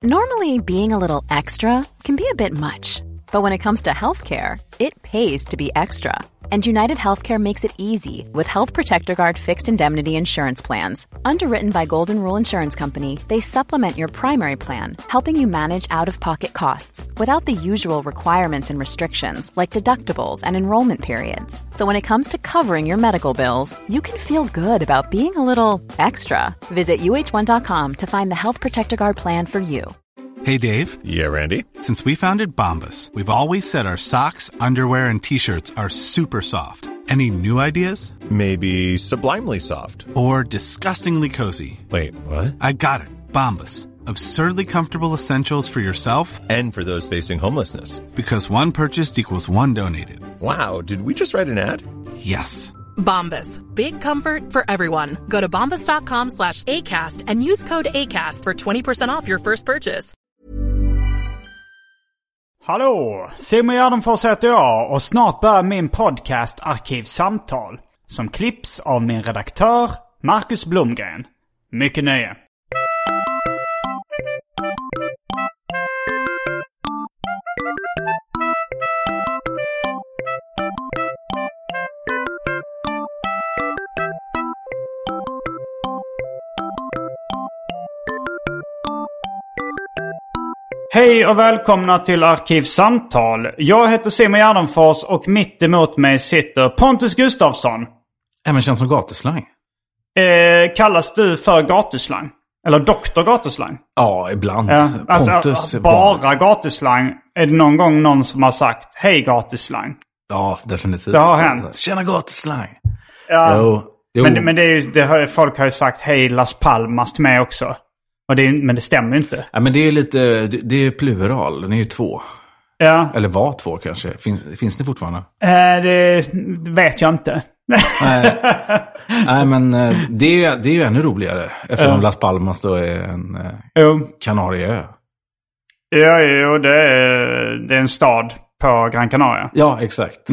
Normally, being a little extra can be a bit much. But when it comes to healthcare, it pays to be extra. And United Healthcare makes it easy with Health Protector Guard fixed indemnity insurance plans. Underwritten by Golden Rule Insurance Company, they supplement your primary plan, helping you manage out-of-pocket costs without the usual requirements and restrictions like deductibles and enrollment periods. So when it comes to covering your medical bills, you can feel good about being a little extra. Visit uh1.com to find the Health Protector Guard plan for you. Hey, Dave. Yeah, Randy. Since we founded Bombas, we've always said our socks, underwear, and T-shirts are super soft. Any new ideas? Maybe sublimely soft. Or disgustingly cozy. Wait, what? I got it. Bombas. Absurdly comfortable essentials for yourself and for those facing homelessness. Because one purchased equals one donated. Wow, did we just write an ad? Yes. Bombas. Big comfort for everyone. Go to bombas.com/ACAST and use code ACAST for 20% off your first purchase. Hallå, Simon Gärdenfors heter jag och snart börjar min podcast Arkivsamtal som klipps av min redaktör Marcus Blomgren. Mycket nöje. Hej och välkomna till Arkivsamtal. Jag heter Simon Gärdenfors och mitt emot mig sitter Pontus Gustafsson. Även känd som gatuslang. Kallas du för gatuslang? Eller doktor gatuslang? Ja, ibland. Pontus bara gatuslang. Är det någon gång någon som har sagt hej gatuslang? Ja, definitivt. Det har hänt. Tjena gatuslang. Ja, jo. Men folk har ju sagt hej Las Palmas till mig också. Men det stämmer inte. Ja, men det är lite, det är plural, den är ju 2. Ja. Eller var 2 kanske. Finns det fortfarande? Det vet jag inte. Nej, men det är ju ännu roligare. Eftersom Las Palmas då är en Kanarieö. Ja, det är en stad på Gran Canaria. Ja, exakt.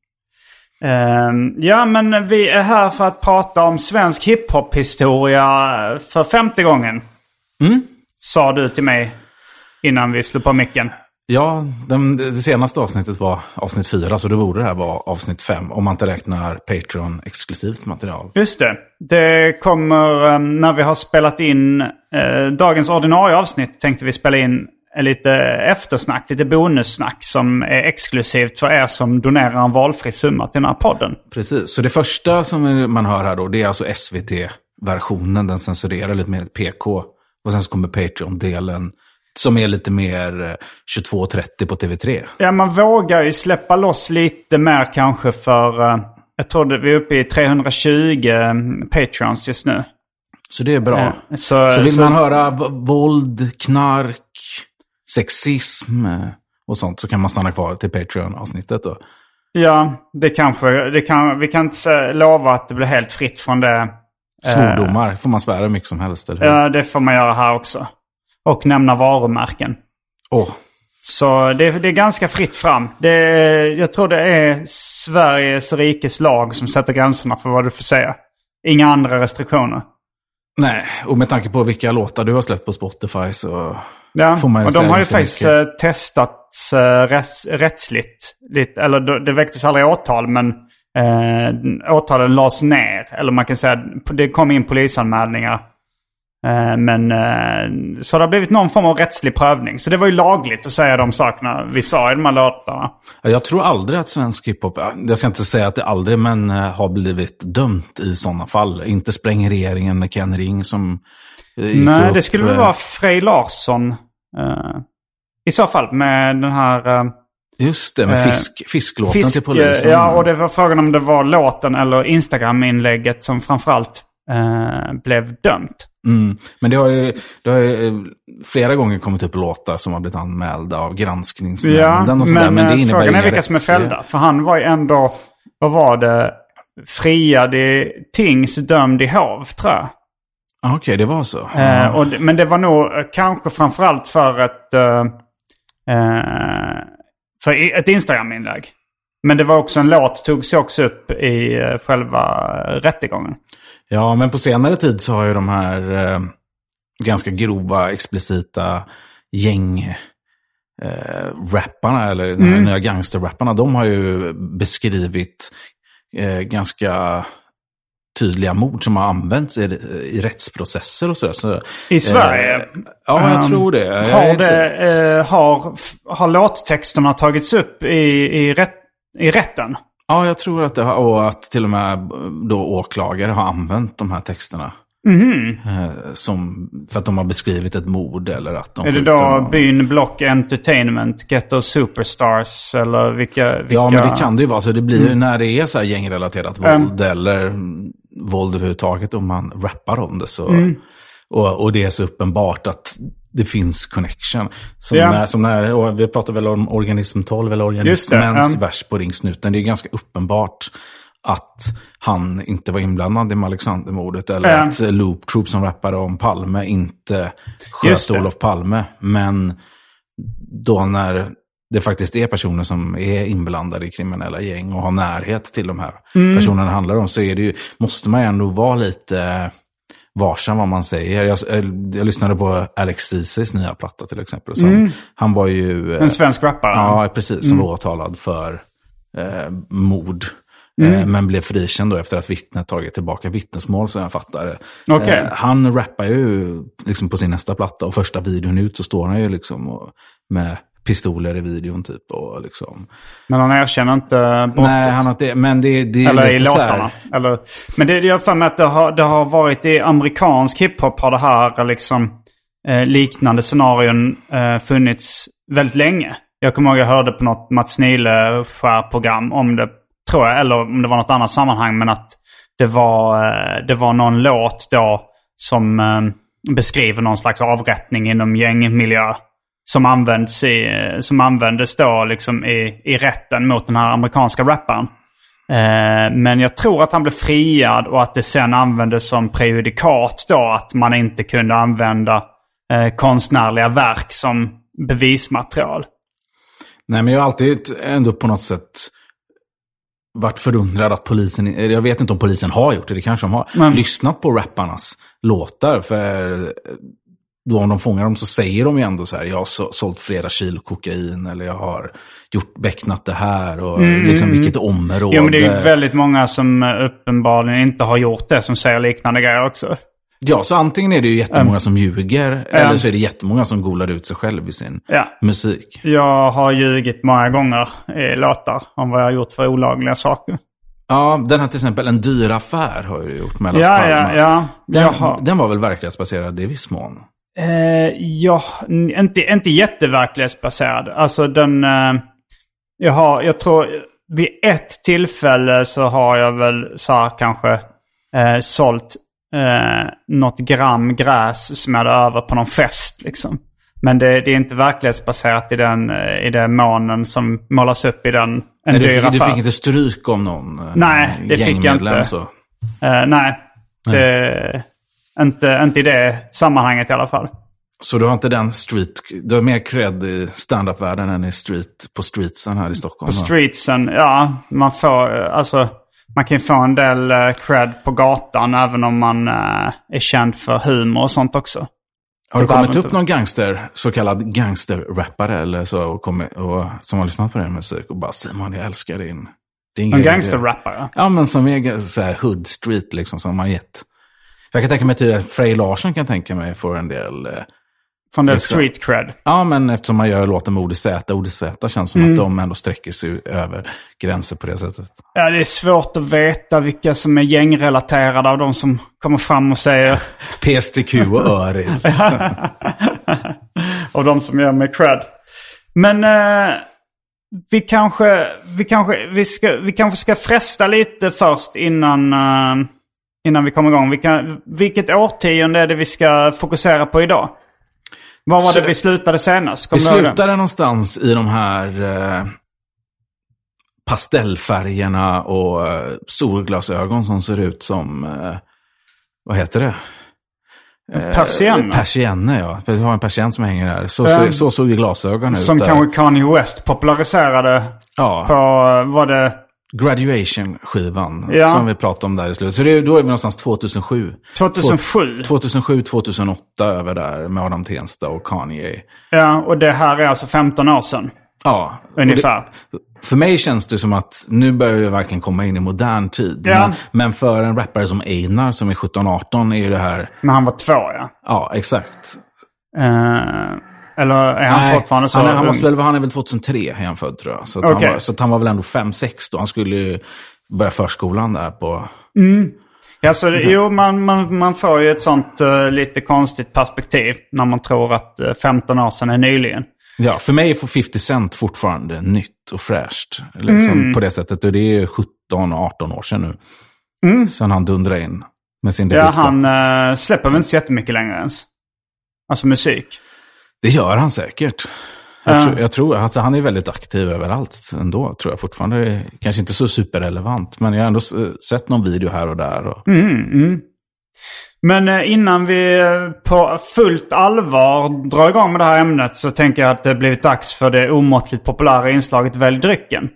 Ja, men vi är här för att prata om svensk hiphop-historia för 50 gången. Sa du till mig innan vi slog på micken. Ja, det senaste avsnittet var avsnitt 4, så då borde det här vara avsnitt 5 om man inte räknar Patreon-exklusivt material. Just det. Det kommer när vi har spelat in dagens ordinarie avsnitt, tänkte vi spela in lite eftersnack, lite bonussnack som är exklusivt för er som donerar en valfri summa till den här podden. Precis, så det första som man hör här då, det är alltså SVT-versionen, den censurerar lite mer PK. Och sen så kommer Patreon-delen som är lite mer 22:30 på TV3. Ja, man vågar ju släppa loss lite mer kanske för... jag tror vi är uppe i 320 Patreons just nu. Så det är bra. Så vill man höra våld, knark, sexism och sånt, så kan man stanna kvar till Patreon-avsnittet då. Ja, vi kan inte lova att det blir helt fritt från det. Svordomar får man svära mycket som helst, eller hur? Ja, det får man göra här också. Och nämna varumärken. Så det är ganska fritt fram. Jag tror det är Sveriges rikes lag som sätter gränserna för vad du får säga. Inga andra restriktioner. Nej, och med tanke på vilka låtar du har släppt på Spotify så får man ju säga. Och de har ju faktiskt testats rättsligt. Eller det väcktes aldrig åtal, men åtalen lades ner. Eller man kan säga det kom in polisanmälningar. Så det har blivit någon form av rättslig prövning. Så det var ju lagligt att säga de sakerna vi sa i de här låtarna. Jag tror aldrig att svensk hiphop, jag ska inte säga att det aldrig, men har blivit dömt i sådana fall. Inte spränger regeringen med Ken Ring som... Nej, det skulle väl vara Frej Larsson i så fall med den här... Just det, med fisklåten till polisen. Ja, och det var frågan om det var låten eller Instagram-inlägget som framförallt blev dömt. Men det har ju flera gånger kommit upp låtar som har blivit anmälda av granskningsnämnden och sådär. Men det innebär frågan är vilka som är fällda. För han var ju ändå, vad var det? Friad i tings, dömd i hov, tror jag. Okej, det var så. Men det var nog kanske framförallt för ett Instagram-inlägg. Men det var också en låt, togs också upp i själva rättegången. Ja, men på senare tid så har ju de här ganska grova, explicita rapparna eller de här nya gangsterrapparna, de har ju beskrivit ganska tydliga mord som har använts i rättsprocesser och så. I Sverige? Ja, jag tror det. Har låttexterna tagits upp i rätten? Ja, jag tror att det har, och att till och med då åklagare har använt de här texterna. För att de har beskrivit ett mord eller att de... Är det då Byn Block Entertainment, Ghetto Superstars eller vilka... Ja, men det kan det ju vara. Så det blir ju när det är så här gängrelaterat våld eller våld överhuvudtaget om man rappar om det så... Och det är så uppenbart att det finns connection. Som när och vi pratar väl om Organism 12 eller Organismens vers på Ringsnuten. Det är ganska uppenbart att han inte var inblandad i Alexandermordet eller att Loop Troop som rappade om Palme inte sköt Olof Palme. Men då när det faktiskt är personer som är inblandade i kriminella gäng och har närhet till de här personerna det handlar om, så är det ju, måste man ändå vara lite varsam vad man säger. Jag lyssnade på Alex Ceesay's nya platta till exempel. Han var ju... en svensk rappare. Ja, precis. Som var åtalad för mord. Men blev frikänd då efter att vittnet tagit tillbaka vittnesmål, så jag fattar. Han rappar ju liksom på sin nästa platta, och första videon ut så står han ju liksom med pistoler i videon typ och liksom. Men han erkänner inte brottet. Nej, han har inte, men det är eller lite i låtarna. Eller, men det är för mig att det har varit i amerikansk hiphop har det här liksom liknande scenarion funnits väldigt länge. Jag kommer ihåg jag hörde på något Mats Nile-program om det, tror jag, eller om det var något annat sammanhang, men att det var någon låt då som beskriver någon slags avrättning inom gängmiljö som användes då liksom i rätten mot den här amerikanska rapparen. Men jag tror att han blev friad och att det sen användes som prejudikat då, att man inte kunde använda konstnärliga verk som bevismaterial. Nej, men jag har alltid ändå på något sätt varit förundrad att polisen, jag vet inte om polisen har gjort det, det kanske de har, lyssnat på rapparnas låtar, för då om de fångar dem så säger de ju ändå så här: jag har sålt flera kilo kokain, eller jag har becknat det här, och liksom vilket område. Ja, men det är ju väldigt många som uppenbarligen inte har gjort det som säger liknande grejer också. Ja, så antingen är det ju jättemånga som ljuger, eller så är det jättemånga som golar ut sig själv i sin musik. Jag har ljugit många gånger i låtar om vad jag har gjort för olagliga saker. Ja, den här till exempel En dyr affär har ju gjort med Las Palmas. Den var väl verklighetsbaserad i viss mån? Inte jätteverklighetsbaserad. Alltså jag tror vid ett tillfälle så har jag väl så här kanske sålt något gram gräs som jag hade över på någon fest liksom. Men det är inte verklighetsbaserat i den månen som målas upp i den dyr affär. Du fick inte stryk om någon nej, det fick jag inte. Så. Nej. Inte i det sammanhanget i alla fall. Så du har inte den du har mer cred i stand-up-världen än på streetsen här i Stockholm? På streetsen, ja. Man kan ju få en del cred på gatan även om man är känd för humor och sånt också. Har det kommit upp någon så kallad gangster-rappare eller så och som har lyssnat på den musik och bara Simon, jag älskar din en gangster-rappare? Ja, men som är så här hood street liksom, som man gett. Jag kan tänka mig till Frej Larsson kan tänka mig får en del... Från del street cred. Ja, men eftersom man gör låten med ODZ känns som att de ändå sträcker sig över gränser på det sättet. Ja, det är svårt att veta vilka som är gängrelaterade av de som kommer fram och säger... PSTQ och Öris. Och de som gör med cred. Men vi kanske ska fresta lite först innan vi kommer igång. Vilket årtionde är det vi ska fokusera på idag? Vad var det vi slutade senast? Vi slutade någonstans i de här pastellfärgerna och solglasögon som ser ut som, vad heter det? Persienner, ja. Vi har en persien som hänger här. Så såg glasögon ut. Som kanske Kanye West populariserade på, var det Graduation-skivan Ja. som vi pratade om där i slutet. Så då är vi någonstans 2007. 2007? 2007-2008 över där med Adam Tensta och Kanye. Ja, och det här är alltså 15 år sedan. Ja. Ungefär. För mig känns det som att nu börjar vi verkligen komma in i modern tid. Ja. Men för en rappare som Einar som är 17-18 är ju det här... När han var 2, ja. Ja, exakt. Eller är han fortfarande så? Han är väl 2003 är han född, tror jag. Så att han var väl ändå 5-6 då. Han skulle ju börja förskolan där på... Ja, så jo, man får ju ett sånt lite konstigt perspektiv när man tror att 15 år sedan är nyligen. Ja, för mig får 50 Cent fortfarande nytt och fräscht. Liksom, på det sättet. Och det är 17-18 år sedan nu. Sen han dundrar in med sin debut. Ja, han släpper väl inte så jättemycket längre ens. Alltså musik. Det gör han säkert. Jag tror alltså, han är väldigt aktiv överallt ändå, tror jag fortfarande. Kanske inte så superrelevant, men jag har ändå sett någon video här och där. Men innan vi på fullt allvar drar igång med det här ämnet så tänker jag att det blivit dags för det omåttligt populära inslaget Välj drycken.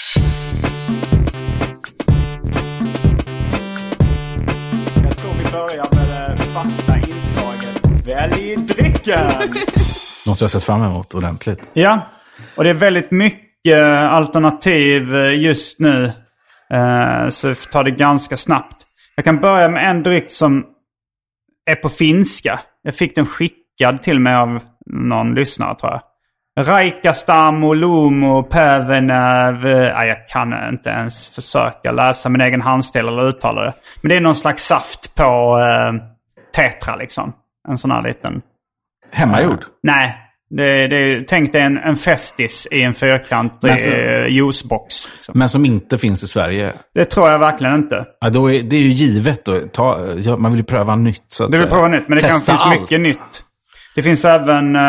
Jag tror vi börjar med det fasta inslaget Välj drycken. Något jag sett fram emot ordentligt. Ja, och det är väldigt mycket alternativ just nu. Så vi får ta det ganska snabbt. Jag kan börja med en dryck som är på finska. Jag fick den skickad till mig av någon lyssnare, tror jag. Raikastamo lumo pävenev. Jag kan inte ens försöka läsa min egen handstil eller uttala det. Men det är någon slags saft på tetra liksom. En sån här liten... Hemmagjord? Nej. Tänk dig en festis i en fyrkant juicebox. Liksom. Men som inte finns i Sverige? Det tror jag verkligen inte. Ja, då är det är ju givet att man vill ju pröva nytt. Så att det vill pröva nytt, men det finns mycket nytt. Det finns även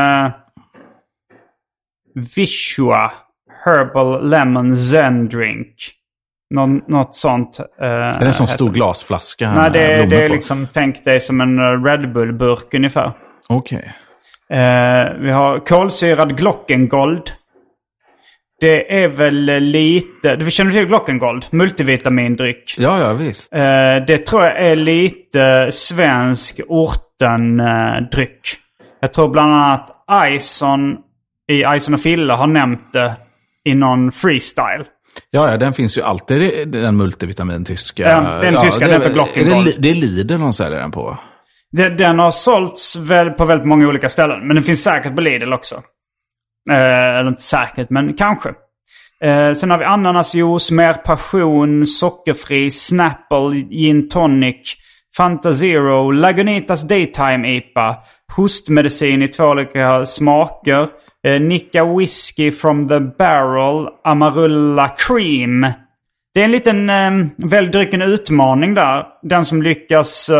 Vishua Herbal Lemon Zen Drink. Något sånt. Är det en sån stor glasflaska? Nej, det är liksom, tänk dig som en Red Bull-burk ungefär. Okej. Vi har kolsyrad Glockengold. Det är väl lite... Du känner till Glockengold? Multivitamindryck. Ja, visst. Det tror jag är lite svensk ortendryck. Jag tror bland annat Ison och Fille har nämnt det i någon freestyle. Ja, den finns ju alltid, den multivitamin-tyska. Den tyska, den heter Glockengold. Det är Lidl de säljer den på. Den har sålts på väldigt många olika ställen. Men den finns säkert på Lidl också. Eller inte säkert, men kanske. Sen har vi ananasjuice, mer passion, sockerfri, Snapple, gin tonic, Fanta Zero, Lagunitas Daytime IPA, hostmedicin i 2 olika smaker, Nicka Whiskey from the Barrel, Amarula Cream. Det är en liten väldigt utmaning där. Den som lyckas...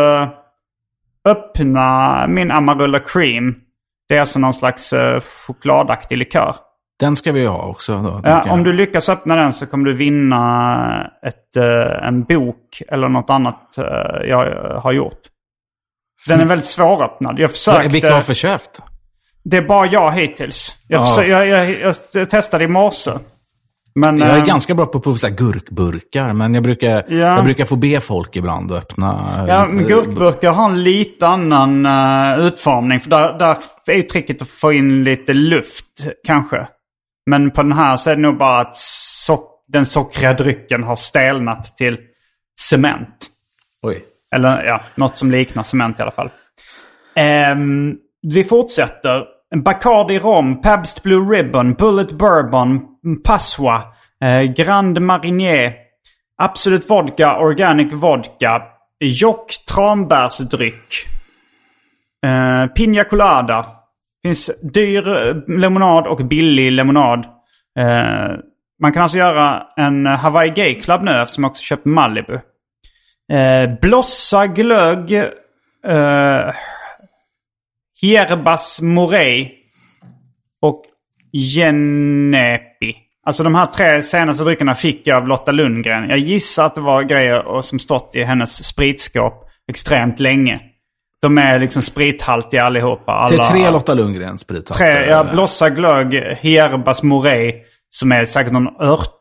öppna min Amarula Cream. Det är alltså någon slags chokladaktig likör. Den ska vi ha också då. Ja, om du lyckas öppna den så kommer du vinna en bok eller något annat jag har gjort. Den är väldigt svåröppnad. Vilka har försökt? Det är bara jag hittills. Jag testade i morse. Men, jag är ganska bra på att prova gurkburkar, men jag brukar få be folk ibland att öppna... Ja, men gurkburkar har en lite annan utformning. För där är ju tricket att få in lite luft, kanske. Men på den här så är det nog bara att den sockriga drycken har stelnat till cement. Oj. Eller ja, något som liknar cement i alla fall. Vi fortsätter. Bacardi Rom, Pabst Blue Ribbon, Bullet Bourbon, Passoa, Grand Marnier, Absolut Vodka, Organic Vodka, Jock tranbärsdryck, Pina Colada. Finns dyr lemonad och billig lemonad. Man kan alltså göra en Hawaii Gay Club nu eftersom jag också köpt Malibu. Blossa glögg, Hierbas Morey och Genepi. Alltså de här 3 senaste dryckerna fick jag av Lotta Lundgren. Jag gissar att det var grejer som stått i hennes spritskåp extremt länge. De är liksom sprithaltiga allihopa. Det är 3 Lotta Lundgren sprithaltiga. 3, Blossa glögg, Hierbas Morey som är säkert någon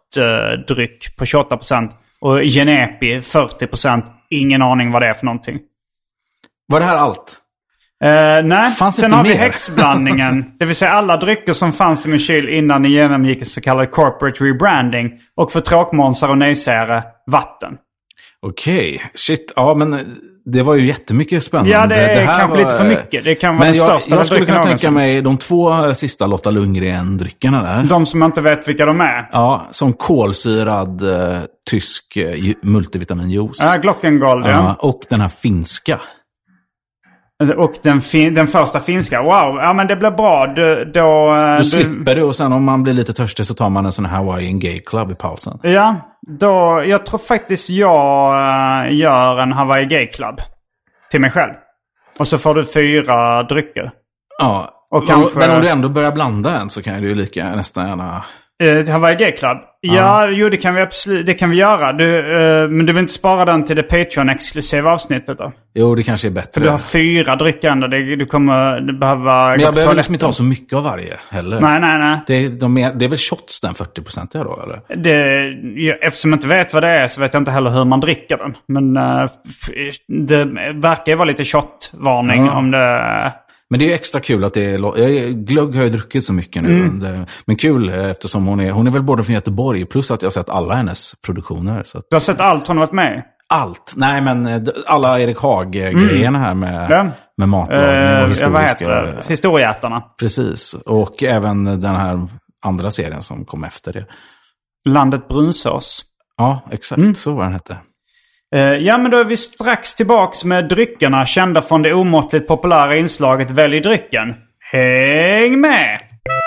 shottdryck på 28%. Och Genepi 40%. Ingen aning vad det är för någonting. Var det här allt? Nej, fanns sen inte har vi mer? häxblandningen. Det vill säga alla drycker som fanns i min kyl innan ni genomgick en så kallad corporate rebranding. Och för tråkmånsar och nejsägare, vatten. Okej, shit. Ja, men det var ju jättemycket spännande. Ja, det är kanske var lite för mycket. Det kan vara men det största. jag skulle kunna tänka någonsin. mig de 2 sista Lotta Lundgren-dryckerna där. De som inte vet vilka de är. Ja, som kolsyrad tysk multivitaminjuice. Ja, Glockengold, ja. Och den här finska. Och den första finska. Wow, ja men det blir bra. Du slipper det, och sen om man blir lite törstig så tar man en sån här Hawaiian Gay Club i pausen. Ja, jag tror faktiskt jag gör en Hawaii Gay Club till mig själv. Och så får du 4 drycker. Ja, och kanske... men om du ändå börjar blanda en så kan du ju lika nästan gärna... Hawaii Gay Club? Ja, jo det kan vi absolut, det kan vi göra. Men du vill inte spara den till det Patreon-exklusiva avsnittet då? Jo, det kanske är bättre. För du har 4 drycker ändå. Du kommer behöva... Men jag behöver liksom inte ha så mycket av varje heller. Nej. Det är väl shots den 40% då, eller? Eftersom jag inte vet vad det är så vet jag inte heller hur man dricker den. Men det verkar ju vara lite shotvarning om det... Men det är ju extra kul att det är... Glögg har ju druckit så mycket nu. Men kul eftersom hon är väl både från Göteborg. Plus att jag har sett alla hennes produktioner. Så att... Du har sett allt hon har varit med i? Allt? Nej, men alla Erik Haag-grejerna här med matlagning och historiska... Vad heter det? Historieätarna. Precis. Och även den här andra serien som kom efter det. Landet Brunsås. Ja, exakt. Så var den hette. Ja, men då är vi strax tillbaks med dryckerna kända från det omåttligt populära inslaget Välj drycken. Häng med!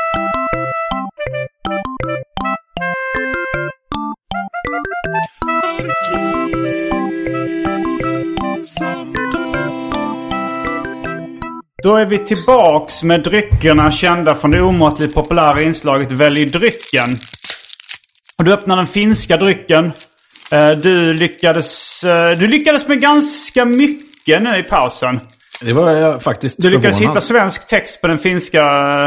Då är vi tillbaks med dryckerna kända från det omåttligt populära inslaget Välj drycken. Och du öppnar den finska drycken. Du lyckades med ganska mycket nu i pausen. Det var jag faktiskt Du lyckades förvånad. hitta svensk text på den finska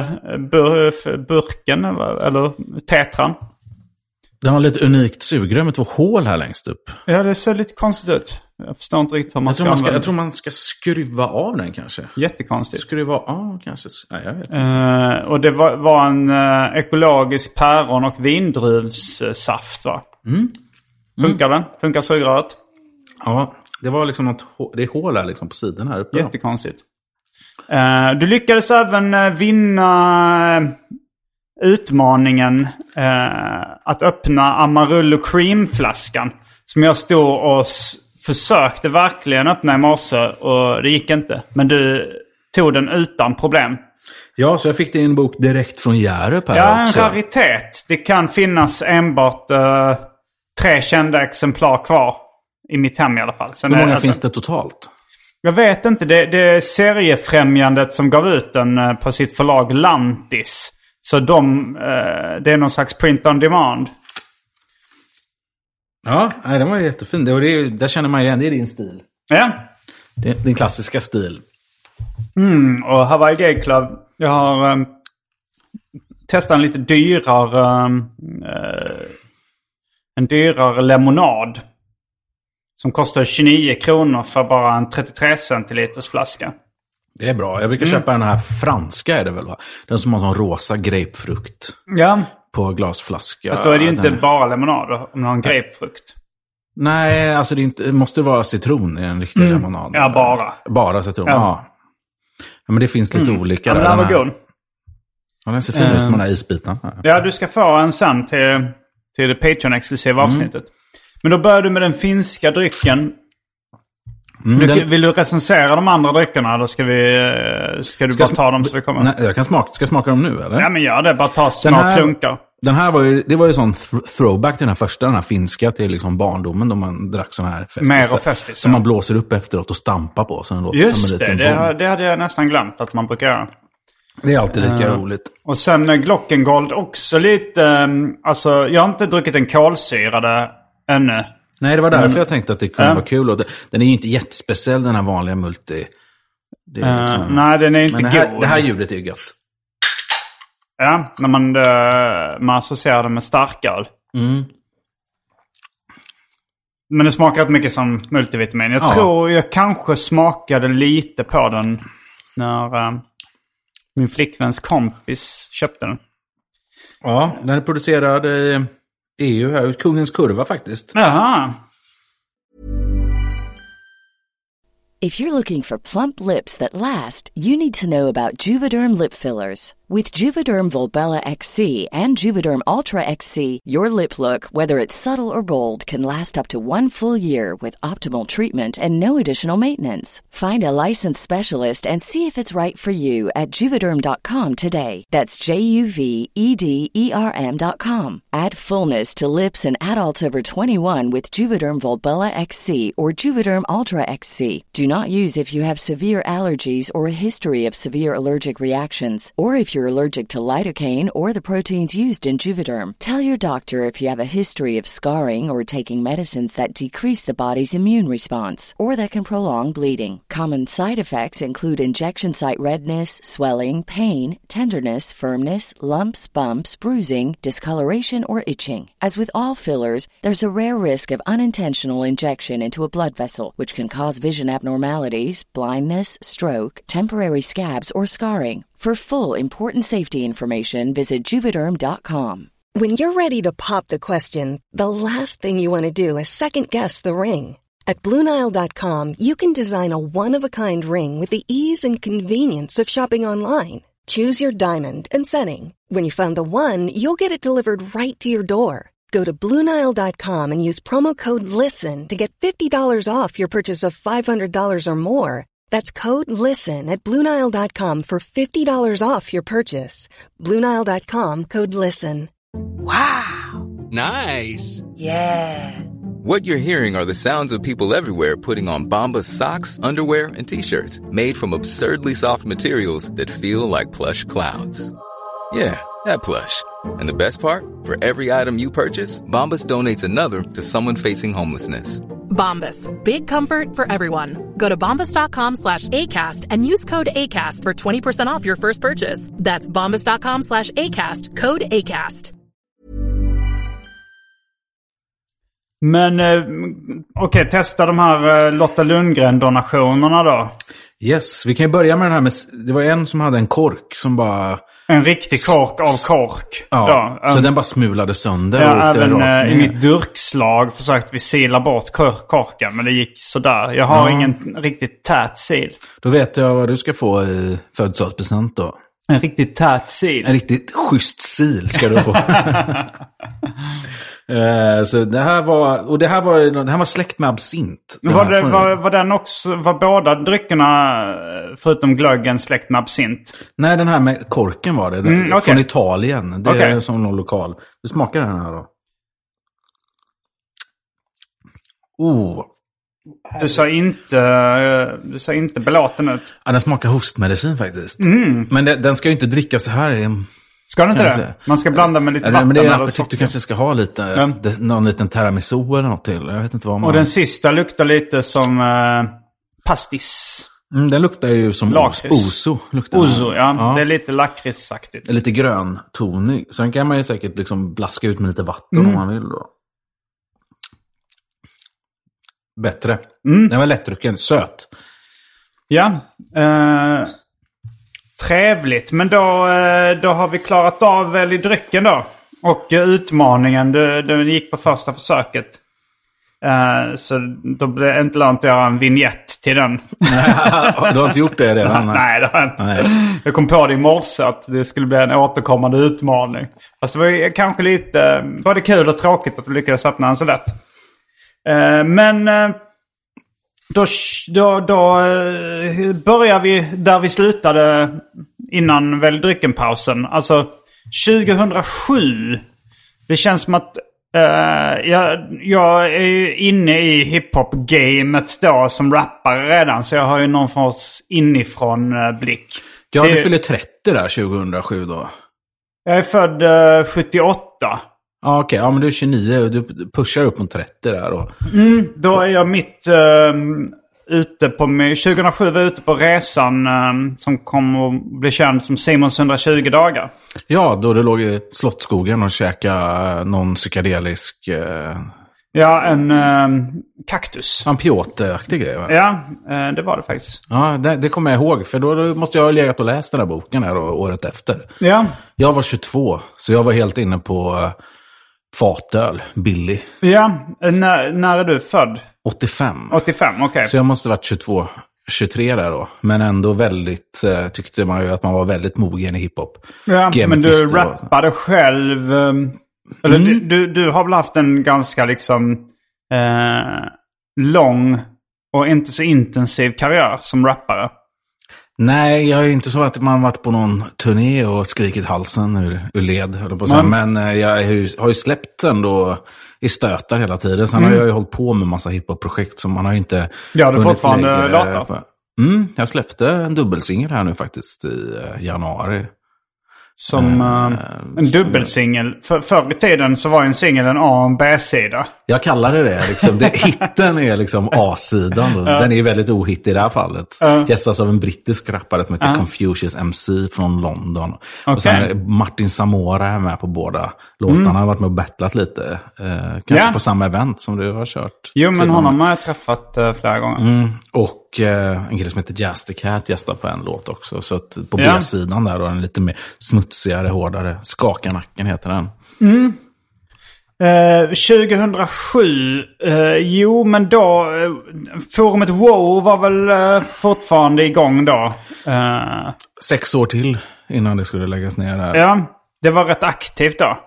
burken eller tetran. Den har lite unikt sugrör med 2 hål här längst upp. Ja, det ser lite konstigt ut. Jag förstår inte riktigt hur man ska använda. Jag tror man ska skruva av den kanske. Jättekonstigt. Skruva av kanske. Nej, jag vet inte. Och det var en ekologisk päron- och vindruvssaft, va? Funkar den? Funkar sugröret? Ja, det var liksom det är hål här liksom på sidan här uppe. Jättekonstigt. Du lyckades även vinna utmaningen att öppna Amarullo Cream-flaskan. Som jag stod och försökte verkligen öppna i morse och det gick inte. Men du tog den utan problem. Ja, så jag fick din bok direkt från Hjärup här också. Ja, en raritet. Det kan finnas enbart 3 kända exemplar kvar i mitt hem i alla fall. Sen hur många finns det totalt? Jag vet inte. Det är Seriefrämjandet som gav ut den på sitt förlag Lantis. Så det är någon slags print on demand. Ja, nej, den var jättefin. Där känner man igen, det är din stil. Ja. Det är din klassiska stil. Och Hawaii Gay Club. Jag har testat en lite dyrare lemonad. Som kostar 29 kronor för bara en 33 centiliters flaska. Det är bra. Jag brukar köpa den här franska, är det väl, va? Den som har sån rosa grapefrukt. Ja. På glasflaska. Fast då är det ju inte bara lemonad om man har en grapefrukt. Nej, alltså det måste vara citron i en riktig lemonad. Ja, bara. Bara citron, ja. Men det finns lite olika. Ja, men den var god. Ja, den ser fin ut med den här isbiten. Ja, du ska få en sen till det Patreon-exklusiva avsnittet. Men då börjar du med den finska drycken. Vill du recensera de andra dryckerna eller ska du bara ta dem så vi kommer? Nej, jag ska smaka dem nu, eller? Ja, men gör det. Bara ta små plunkar. Den här det var ju sån throwback till den här finska till liksom barndomen då man drack sån här festis. Mer och festis. Som man blåser upp efteråt och stampar på. Så den låter just som en det hade jag nästan glömt att man brukar göra. Det är alltid lika roligt. Och sen Glockengold också lite... alltså, jag har inte druckit en kolsyrade ännu. Nej, det var därför jag tänkte att det kunde vara kul. Och den är ju inte jättespeciell, den här vanliga multi. Det är liksom... nej, den är inte god. Det här ljudet är ju gött. Ja, när man associerar det med starköl. Men det smakar rätt mycket som multivitamin. Jag tror jag kanske smakade lite på den när min flickväns kompis köpte den. Ja, den är producerad i EU här, Kungens Kurva faktiskt. Jaha. If you're looking for plump lips that last, you need to know about Juvederm lip fillers. With Juvederm Volbella XC and Juvederm Ultra XC, your lip look, whether it's subtle or bold, can last up to 1 full year with optimal treatment and no additional maintenance. Find a licensed specialist and see if it's right for you at Juvederm.com today. That's JUVEDERM.com. Add fullness to lips in adults over 21 with Juvederm Volbella XC or Juvederm Ultra XC. Do not use if you have severe allergies or a history of severe allergic reactions, or if you're allergic to lidocaine or the proteins used in Juvederm. Tell your doctor if you have a history of scarring or taking medicines that decrease the body's immune response or that can prolong bleeding. Common side effects include injection site redness, swelling, pain, tenderness, firmness, lumps, bumps, bruising, discoloration, or itching. As with all fillers, there's a rare risk of unintentional injection into a blood vessel, which can cause vision abnormalities, blindness, stroke, temporary scabs, or scarring. For full, important safety information, visit Juvederm.com. When you're ready to pop the question, the last thing you want to do is second-guess the ring. At BlueNile.com, you can design a one-of-a-kind ring with the ease and convenience of shopping online. Choose your diamond and setting. When you find the one, you'll get it delivered right to your door. Go to BlueNile.com and use promo code LISTEN to get $50 off your purchase of $500 or more. That's code LISTEN at BlueNile.com for $50 off your purchase. BlueNile.com, code LISTEN. Wow. Nice. Yeah. What you're hearing are the sounds of people everywhere putting on Bombas socks, underwear, and T-shirts made from absurdly soft materials that feel like plush clouds. Yeah, that plush. And the best part? For every item you purchase, Bombas donates another to someone facing homelessness. Bombas. Big comfort for everyone. Go to bombas.com/ACAST and use code ACAST for 20% off your first purchase. That's bombas.com/ACAST. Code ACAST. Men okej, testa de här Lotta Lundgren-donationerna då. Yes, vi kan ju börja med den här med, det var en som hade en kork som bara... En riktig kork av kork. Ja, så den bara smulade sönder. Ja, och även i mitt durkslag försökte vi sila bort korken, men det gick sådär. Jag har ingen riktigt tät sil. Då vet jag vad du ska få i födelsedagspresent då. En riktigt tät sil. En riktigt schysst sil ska du få. Så det här var släkt med absint. Var den också, var båda dryckerna förutom glöggen släkt med absint? Nej, den här med korken var det. Okay. Från Italien. Det är som någon lokal. Du smakar den här då. Du sa inte belåten ut. Ja, den smakar hostmedicin faktiskt. Men den ska ju inte dricka så här. Ska den inte det? Man ska blanda med lite vatten. Men det är appetit, du kanske ska ha lite, någon liten tiramisu eller något till. Jag vet inte vad man... Och den sista luktar lite som pastis. Den luktar ju som Ouzo. Ouzo, ja. Det är lite lakritsaktigt. Det är lite gröntonig. Sen kan man ju säkert liksom blaska ut med lite vatten om man vill då. Bättre. Den var lättdrucken, söt. Ja. Trevligt. Men då har vi klarat av väldigt drycken då. Och utmaningen, den gick på första försöket. Så då blir det inte lönt att göra en vignett till den. Du har inte gjort det redan? Nej, det har jag inte. Nej. Jag kom på det i morse att det skulle bli en återkommande utmaning. Fast det var kanske lite både kul och tråkigt att du lyckades öppna den så lätt. Men då börjar vi där vi slutade innan väl dryckenpausen. Alltså 2007. Det känns som att jag är ju inne i hiphop-gamet då som rappare redan. Så jag har ju någon form inifrån blick. Ja, du fyller 30 där 2007 då. Jag är född 78. Ja, okej. Ja, men du är 29 och du pushar upp mot 30 där då. Då är jag mitt ute på 2007 var jag ute på resan som kom att bli känd som Simons 120 dagar. Ja, då det låg i Slottsskogen och käka någon psykedelisk... Ja, en kaktus. En peyote-aktig grej, va? Ja, det var det faktiskt. Ja, det kommer jag ihåg. För då måste jag ha legat och läst den här boken här året efter. Ja. Jag var 22, så jag var helt inne på fatöl, billig. Ja, när är du född? 85. 85, okej. Så jag måste ha varit 22, 23 där då. Men ändå väldigt, tyckte man ju att man var väldigt mogen i hiphop. Ja, men du rappade själv... Eller du har väl haft en ganska liksom lång och inte så intensiv karriär som rappare? Nej, jag är inte så att man varit på någon turné och skrikit halsen ur led. Men jag har ju släppt ändå i stötar hela tiden. Sen har jag ju hållit på med massa hiphop-projekt som man har inte... Ja, du fortfarande låtar. Jag släppte en dubbelsingel här nu faktiskt i januari. Som en dubbelsingel. Förr i tiden så var en singel en A- och en B-sida. Jag kallar det liksom. Hitten är liksom A-sidan. Den är väldigt ohittig i det här fallet. Gästas av en brittisk rappare som heter Confucius MC från London. Okay. Och sen är Martin Zamora är med på båda låtarna. Han har varit med och battlat lite. Kanske på samma event som du har kört. Jo, men honom har jag träffat flera gånger. Och en kille som heter Just the Cat gästar på en låt också. Så att på B-sidan där då, en lite mer smutsigare, hårdare. Skaka nacken heter den. 2007, jo men då, forumet WoW var väl fortfarande igång då. 6 år till innan det skulle läggas ner här. Ja, det var rätt aktivt då.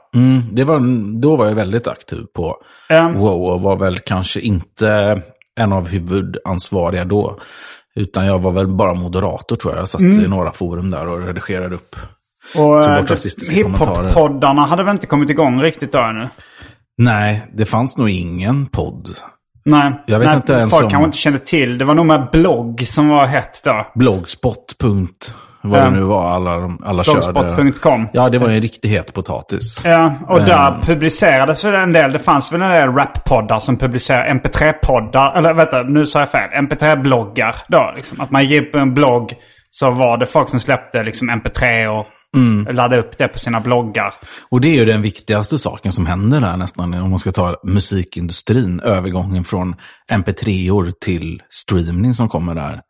Då var jag väldigt aktiv på WoW och var väl kanske inte en av huvudansvariga då. Utan jag var väl bara moderator tror jag. Jag satt i några forum där och redigerade upp. Och hiphop-poddarna hade väl inte kommit igång riktigt då ännu? Nej, det fanns nog ingen podd. Nej, jag vet inte ens folk kanske inte kände till. Det var nog med blogg som var hett då. Blogspot. Vad det nu var, alla körde. Blogspot.com. Ja, det var en riktig het potatis. Ja, och där publicerades för en del. Det fanns väl en del rap-poddar som publicerade MP3-poddar. Eller vänta, nu sa jag fel. MP3-bloggar då. Liksom. Att man gick på en blogg så var det folk som släppte liksom MP3 och laddade upp det på sina bloggar. Och det är ju den viktigaste saken som händer där nästan om man ska ta musikindustrin. Övergången från MP3-or till streaming som kommer där.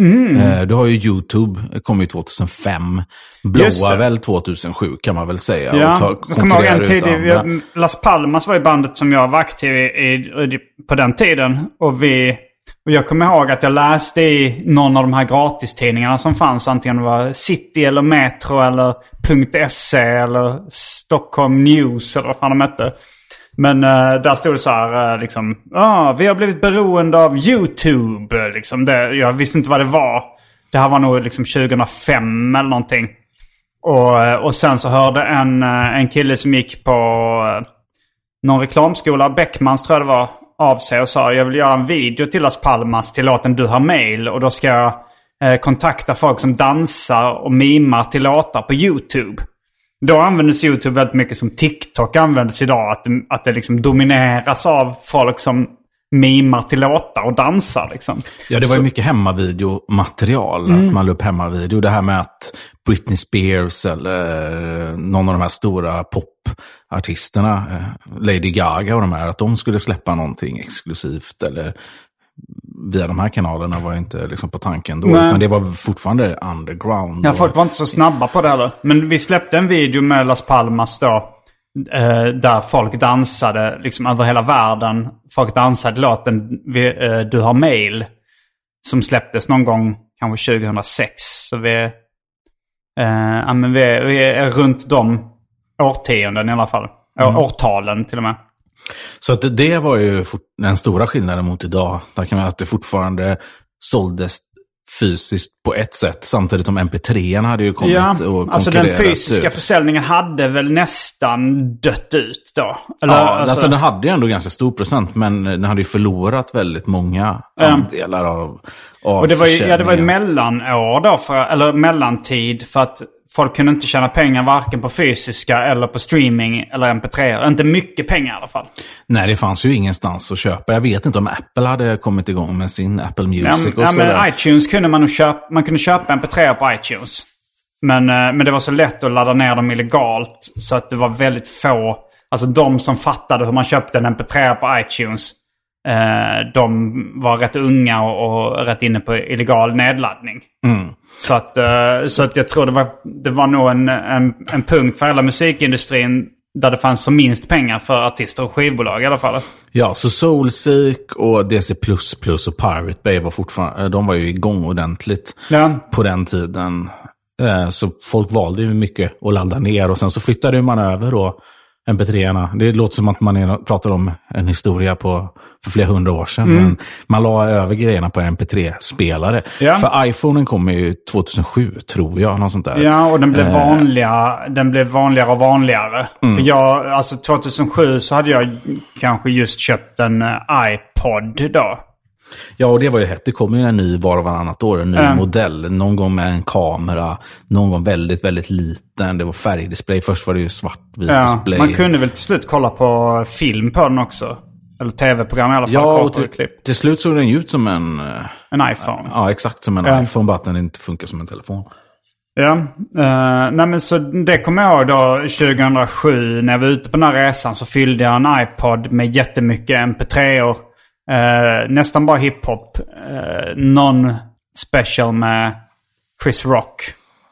Du har ju YouTube, kom ju 2005. Blåa väl 2007 kan man väl säga. Ja, jag kommer ihåg en tid. Las Palmas var ju bandet som jag var aktiv i på den tiden. Och jag kommer ihåg att jag läste i någon av de här gratistidningarna som fanns. Antingen det var City eller Metro eller .se eller Stockholm News eller vad fan de hette. Men där stod det så här liksom, vi har blivit beroende av YouTube liksom. Jag visste inte vad det var. Det här var nog liksom 2005 eller någonting. Och sen så hörde en kille som gick på någon reklamskola, Beckmans tror jag det var, av sig och sa jag vill göra en video till Las Palmas till låten Du har mail. Och då ska jag kontakta folk som dansar och mimar till låtar på YouTube. Då användes YouTube väldigt mycket som TikTok används idag. Att det liksom domineras av folk som mimar till låtar och dansar liksom. Ja, det var ju mycket hemmavideomaterial. Att man la upp hemmavideo. Det här med att Britney Spears eller någon av de här stora popartisterna, Lady Gaga och de här, att de skulle släppa någonting exklusivt eller via de här kanalerna var inte liksom på tanken då. Nej. Utan det var fortfarande underground. Ja, folk var inte så snabba på det heller. Men vi släppte en video med Las Palmas då. Där folk dansade liksom över hela världen. Folk dansade låten Du har mail. Som släpptes någon gång kanske 2006. Så vi är runt de årtionden i alla fall. Årtalen till och med. Så att det var ju den stora skillnaden mot idag. Där kan man att det fortfarande såldes fysiskt på ett sätt. Samtidigt som MP3 hade ju kommit och konkurrerat. Alltså den fysiska försäljningen hade väl nästan dött ut då. Eller, alltså den hade ju ändå ganska stor procent. Men den hade ju förlorat väldigt många andelar av och det var ju mellanår då. Eller mellantid. För att folk kunde inte tjäna pengar varken på fysiska eller på streaming eller MP3. Inte mycket pengar i alla fall. Nej, det fanns ju ingenstans att köpa. Jag vet inte om Apple hade kommit igång med sin Apple Music och sådär. Men iTunes kunde man kunde köpa MP3 på iTunes. Men det var så lätt att ladda ner dem illegalt så att det var väldigt få. Alltså de som fattade hur man köpte en MP3 på iTunes, de var rätt unga och rätt inne på illegal nedladdning. Så att jag tror det var nog en punkt för hela musikindustrin där det fanns så minst pengar för artister och skivbolag i alla fall. Ja, så Soulseek och DC++ och Pirate Bay var fortfarande, de var ju igång ordentligt på den tiden. Så folk valde ju mycket att ladda ner och sen så flyttade man över då MP3-erna. Det låter som att man pratar om en historia för flera hundra år sedan. Men man la över grejerna på MP3-spelare. Ja. För iPhonen kom ju 2007 tror jag. Något sånt där. Ja, och den blev vanligare och vanligare. För 2007 så hade jag kanske just köpt en iPod då. Ja, och det var ju hett. Det kom ju en ny var och varannat år. En ny modell. Någon gång med en kamera. Någon gång väldigt, väldigt liten. Det var färgdisplay. Först var det ju svart-vit display. Man kunde väl till slut kolla på film på den också. Eller tv-program i alla fall. Ja, och till slut såg den ut som en iPhone. Ja, exakt som en iPhone. Bara att den inte funkar som en telefon. Ja, nej men så det kommer jag ihåg då 2007. När jag var ute på den här resan så fyllde jag en iPod med jättemycket MP3-or. Nästan bara hiphop. Någon special med Chris Rock.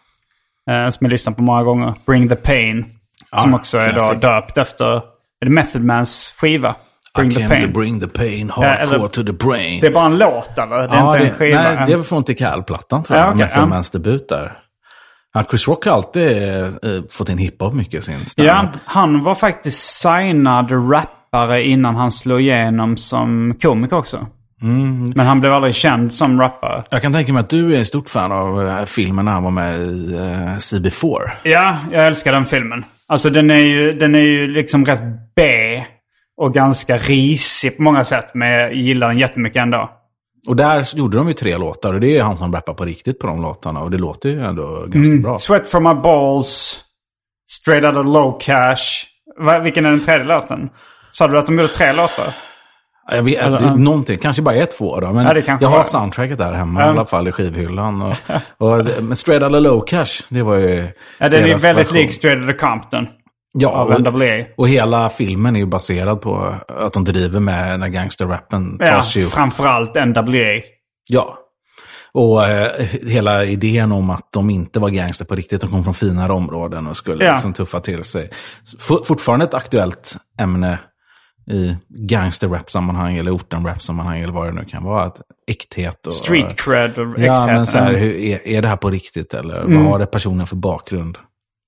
Som jag lyssnat på många gånger. Bring the Pain. Som också är då döpt efter är det Method Mans skiva. Bring the Pain. Bring the pain, hardcore to the brain. Det är bara en låt eller? Det är inte en skiva. Nej, det är från Tikal-plattan tror jag. Method Mans debut där. Ja, Chris Rock har alltid fått in hiphop mycket i sin stand-up. Ja, han var faktiskt signad rappare innan han slog igenom som komiker också. Men han blev aldrig känd som rappare. Jag kan tänka mig att du är en stort fan av filmen när han var med i CB4. Ja, jag älskar den filmen. Alltså den är ju liksom rätt B och ganska risig på många sätt. Men jag gillar den jättemycket ändå. Och där gjorde de ju 3 låtar. Och det är han som rappar på riktigt på de låtarna. Och det låter ju ändå ganska bra. Sweat from my balls. Straight out of low cash. Vilken är den 3:e låten? Sa du att de gjorde 3 låtar? Jag vet, någonting. Kanske bara 1-2 då. Men jag har soundtracket där hemma i alla fall i skivhyllan. Men Straight out of low cash, det var ju... Ja, den är väldigt lik Straight Outta Compton. Ja, och hela filmen är ju baserad på att de driver med när gangsterrappen tas ju. Framförallt NWA. Ja, och hela idén om att de inte var gangster på riktigt, de kom från finare områden och skulle liksom tuffa till sig. Fortfarande ett aktuellt ämne i gangsterrap-sammanhang eller orten-rap-sammanhang eller vad det nu kan vara. Att äkthet och... Street cred och äkthet. Ja, men så här, är det här på riktigt eller vad har det personen för bakgrund?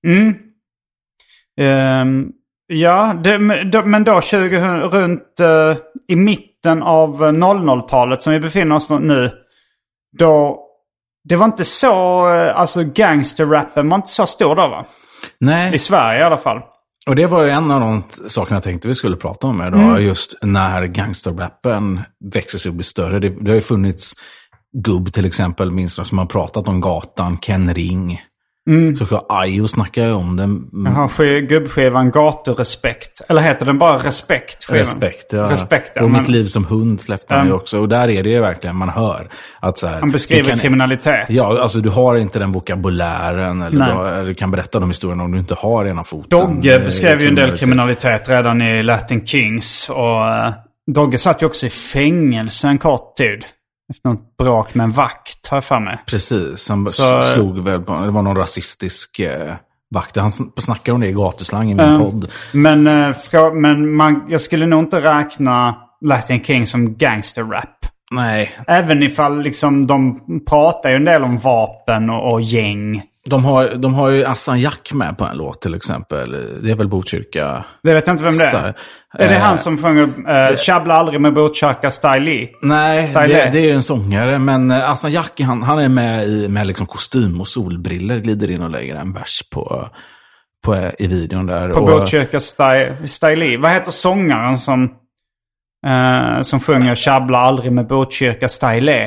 Men då 2000, runt i mitten av 00-talet som vi befinner oss nu, då det var inte så, alltså gangsterrappen var inte så stor då va? Nej. I Sverige i alla fall. Och det var ju en av de sakerna jag tänkte vi skulle prata om idag. Just när gangsterrappen växer sig och blir större. Det har ju funnits Gubb till exempel, minst som har pratat om gatan, Ken Ring. Så Ayo snackar ju om den. Gubbskivan Gaturespekt. Eller heter den bara Respekt? Respekt, ja. Respekt, ja. Och Mitt liv som hund släppte han ju också. Och där är det ju verkligen, man hör att så här, han beskriver kriminalitet. Ja, alltså du har inte den vokabulären. Eller du kan berätta de historierna om du inte har ena foten. Dogge beskrev ju en del kriminalitet redan i Latin Kings. Och Dogge satt ju också i fängelse en kort tid. Efter något bråk med en vakt, har jag för mig. Precis, han slog väl på, det var någon rasistisk vakt. Han snackar om det i gatuslang i min podd. Men jag skulle nog inte räkna Latin King som gangsterrap. Nej. Även ifall liksom, de pratar ju en del om vapen och gäng. De har ju Assan Jack med på en låt till exempel. Det är väl Botkyrka. Det vet jag inte vem det är. Är det han som sjunger Tjabbla aldrig med Botkyrka Style? Nej, det är ju en sångare. Men Assan Jack, han är med liksom kostym och solbriller. Glider in och lägger en vers i videon där. På Botkyrka Style. Vad heter sångaren som sjunger Tjabbla aldrig med Botkyrka Style?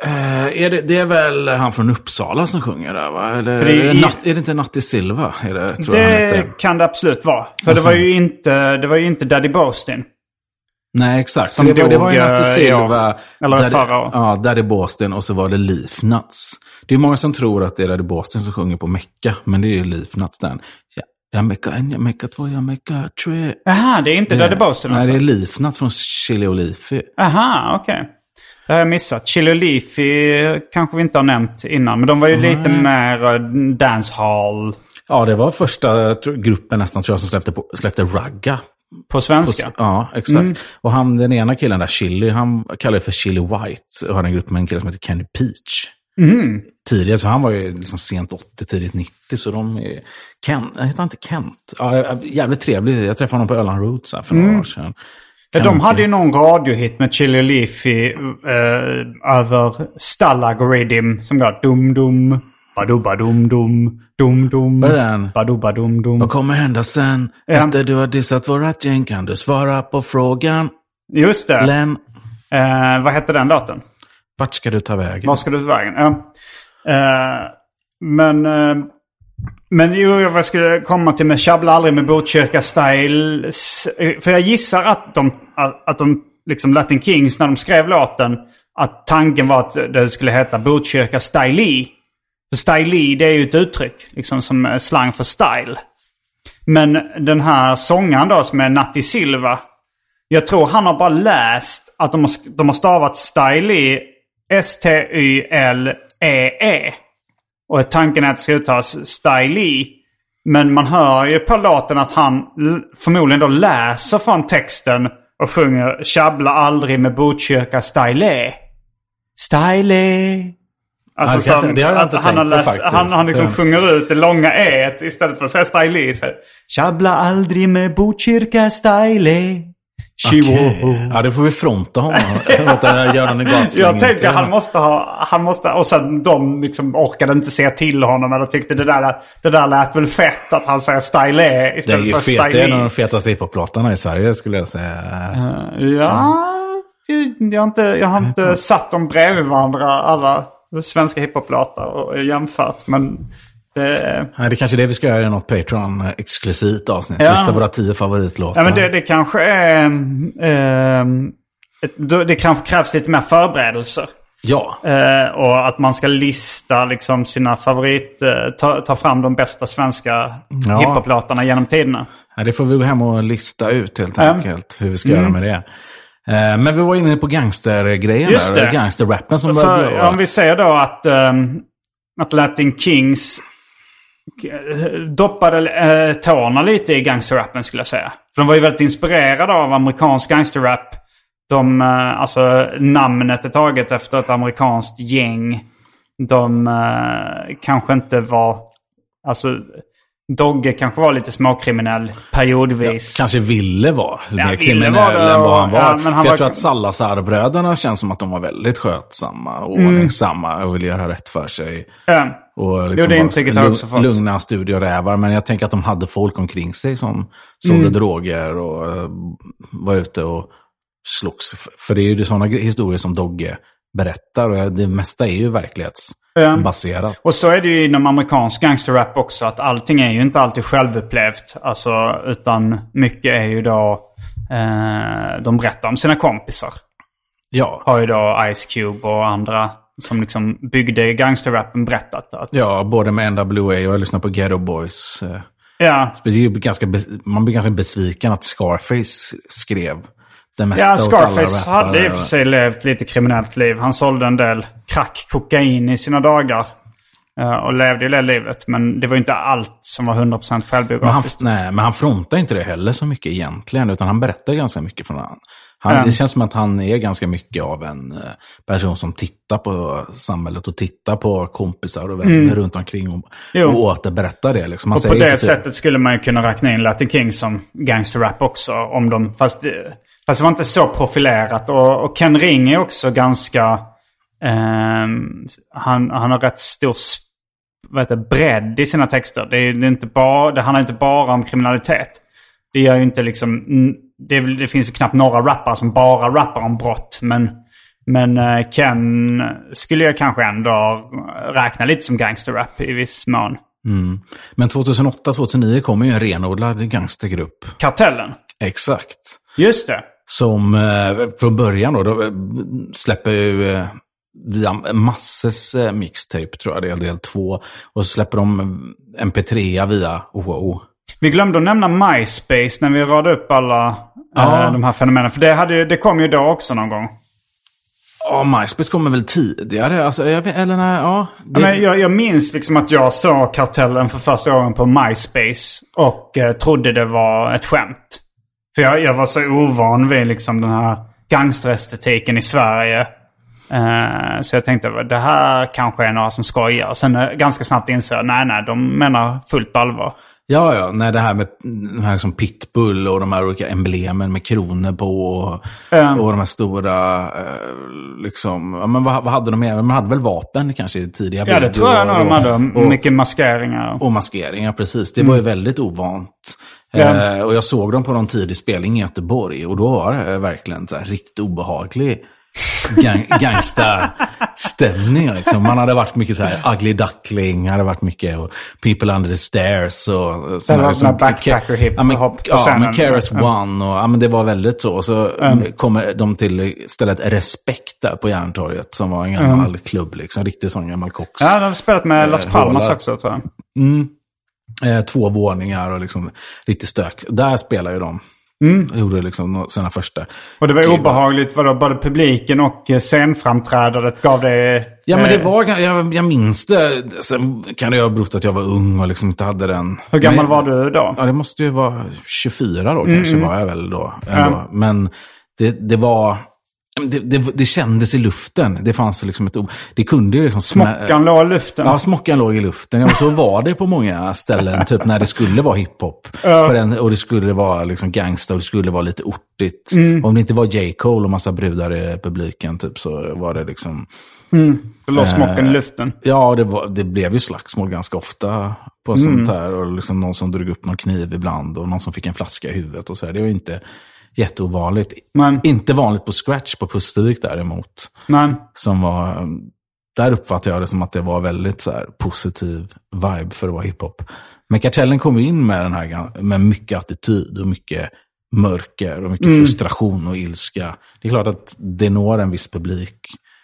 Det är väl han från Uppsala som sjunger där, va? Eller är det inte Natti Silva? Det kan det absolut vara. För det var ju inte Daddy Boston. Nej, exakt. Som det var ju Natti Silva, Daddy Boston, och så var det Leaf Nuts. Det är många som tror att det är Daddy Boston som sjunger på Mecca, men det är ju Leaf Nuts den. Jag mecka 2, jag mecka 3. Aha, det är inte Daddy Boston. Nej, det är Leaf Nuts från Chili och Leafy. Aha, okej. Det har jag missat. Chili och Leafy kanske vi inte har nämnt innan, men de var ju lite mer dancehall. Ja, det var första gruppen nästan, tror jag, som släppte ragga. På svenska? Ja, exakt. Och den ena killen där, Chili, han kallar det för Chili White. Och har en grupp med en kille som heter Kenny Peach. Tidigare, så han var ju liksom sent 80, tidigt 90. Så de är... Heter han inte Kent? Ja, jävligt trevlig. Jag träffade honom på Öland Roots för några år sedan. De hade ju någon radiohit med Chili och Leafy över Stalag-Rhythm som går dum-dum, badum-badum-dum, dum-dum, badum-badum-dum. Vad kommer hända sen? Efter du har dissat vårat gäng kan du svara på frågan. Just det. Len. Vad hette den låten? Vart ska du ta vägen? Vart ska du ta vägen? Ja. Men jag skulle komma till med Tjabbla aldrig med Botkyrka-style. För jag gissar att de liksom Latin Kings, när de skrev låten, att tanken var att det skulle heta Botkyrka-style. För style, det är ju ett uttryck liksom, som slang för style. Men den här sångaren då, som är Natti Silva, jag tror han har bara läst att de har stavat style S-T-Y-L-E-E. Och tanken är att det ska uttalas style. Men man hör ju på låten att han förmodligen då läser från texten och sjunger Tjabbla aldrig med Botkyrka style. Style. Alltså ja, det har jag inte han har läst, han liksom sjunger ut det långa e istället för att säga style. Tjabbla aldrig med Botkyrka style. Okay. Ja, det får vi fronta honom. Jag tänker han måste och sen de liksom orkade inte se till honom eller tyckte det där lät väl fett att han säger style istället för style. Det är en av de fetaste hiphop-låtarna i Sverige, skulle jag säga. Jag har inte satt dem bredvid varandra, alla svenska hiphop-låtar, och jämfört, men det är kanske det vi ska göra i något Patreon-exklusivt avsnitt. Lista våra 10 favoritlåtar. Ja, men det kanske är... det kanske krävs lite mer förberedelser. Ja. Och att man ska lista liksom sina ta fram de bästa svenska hiphop-låtarna genom tiderna. Ja, det får vi gå hem och lista ut helt enkelt. Hur vi ska göra med det. Men vi var inne på gangstergrejen där. Gangsterrappen som började. Om vi säger då att Latin Kings doppade tårna lite i gangsterrappen, skulle jag säga. För de var ju väldigt inspirerade av amerikansk gangsterrap. Alltså namnet är taget efter ett amerikanskt gäng. De kanske inte var... Alltså Dogge kanske var lite småkriminell periodvis. Kanske ville vara mer kriminell än vad han var. Ja, för jag tror att Salazar-bröderna känns som att de var väldigt skötsamma och ordningsamma och ville göra rätt för sig. Och liksom lugna studiorävar. Men jag tänker att de hade folk omkring sig som sålde droger och var ute och slogs. För det är ju sådana historier som Dogge berättar, och det mesta är ju verklighetsbaserat. Och så är det ju inom amerikansk gangsterrap också, att allting är ju inte alltid självupplevt, alltså, utan mycket är ju då de berättar om sina kompisar. Ja. Har ju då Ice Cube och andra som liksom byggde gangsterrappen berättat. Ja, både med NWA och jag lyssnar på Ghetto Boys. Ja. Det är ju man blir ganska besviken att Scarface skrev det mesta. Ja, Scarface hade i och för sig levt lite kriminellt liv. Han sålde en del kokain i sina dagar. Och levde ju det livet. Men det var ju inte allt som var 100% självbiografiskt. Men han frontar inte det heller så mycket egentligen. Utan han berättar ganska mycket från han. Det känns som att han är ganska mycket av en person som tittar på samhället och tittar på kompisar och vänner runt omkring och återberättar det. Liksom. Och på det sättet skulle man ju kunna räkna in Latin Kings som gangsterrap också. Om de, fast det var inte så profilerat. Och Ken Ring är också ganska... han har rätt stor bredd i sina texter. Det handlar inte bara om kriminalitet. Det gör ju inte liksom... Det finns ju knappt några rappare som bara rappar om brott. Men Men Ken skulle jag kanske ändå räkna lite som gangsterrap i viss mån. Men 2008-2009 kommer ju en renodlad gangstergrupp. Kartellen. Exakt. Just det. Som från början då släpper ju via Masses mixtape, tror jag det är del 2. Och så släpper de MP3 via Wow. Vi glömde att nämna MySpace när vi radade upp alla de här fenomenen. För det kom ju då också någon gång. Ja, MySpace kommer väl tidigare. Alltså, jag minns liksom att jag såg Kartellen för första gången på MySpace. Och trodde det var ett skämt. För jag var så ovan vid liksom den här gangsterestetiken i Sverige. Så jag tänkte det här kanske är några som skojar. Sen ganska snabbt insåg jag nej, de menar fullt allvar. Ja, nej, det här med den här liksom Pitbull och de här olika emblemen med kronor på och de här stora liksom, ja, men vad hade de med? De hade väl vapen kanske i tidiga videor. Ja, det tror jag nog de hade. Mycket maskeringar. Och maskeringar, precis. Det var ju väldigt ovant. Och jag såg dem på någon tidig spelning i Göteborg och då var det verkligen så här riktigt obehaglig gangsta-stämning liksom. Man hade varit mycket så här Ugly Duckling, hade varit mycket och People Under the Stairs och sådana liksom, backpacker hip-hop men KRS One och men det var väldigt så. Och så kommer de till istället Respekt där på Järntorget som var en gammal klubb liksom, riktigt sån gammal kox. Ja, de har spelat med Las Palmas också, tror jag. 2 våningar och liksom riktigt stök. Där spelar ju de. Gjorde liksom sina första. Och det var obehagligt, vadå, både publiken och scenframträdandet gav det... Ja, men det var, jag minns det. Sen kan det ha berott att jag var ung och liksom inte hade den... Hur gammal var du då? Ja, det måste ju vara 24 då, kanske var jag väl då. Ändå. Men det var... Det kändes i luften. Det fanns liksom det kunde ju liksom smockan låg i luften. Ja, smockan låg i luften. Och så var det på många ställen typ när det skulle vara hiphop. Och det skulle vara liksom gangsta och det skulle vara lite ortigt. Om det inte var J. Cole och massa brudar i publiken typ, så var det liksom det låg smockan i luften. Ja, det blev ju slagsmål ganska ofta på sånt här, och liksom någon som drog upp någon kniv ibland och någon som fick en flaska i huvudet och så här. Det var inte jätteovanligt. Inte vanligt på Scratch på Pustervik däremot. Som var, där uppfattade jag det som att det var väldigt så här positiv vibe för att vara hiphop. Men Kartellen kom in med den här med mycket attityd och mycket mörker och mycket frustration och ilska. Det är klart att det når en viss publik.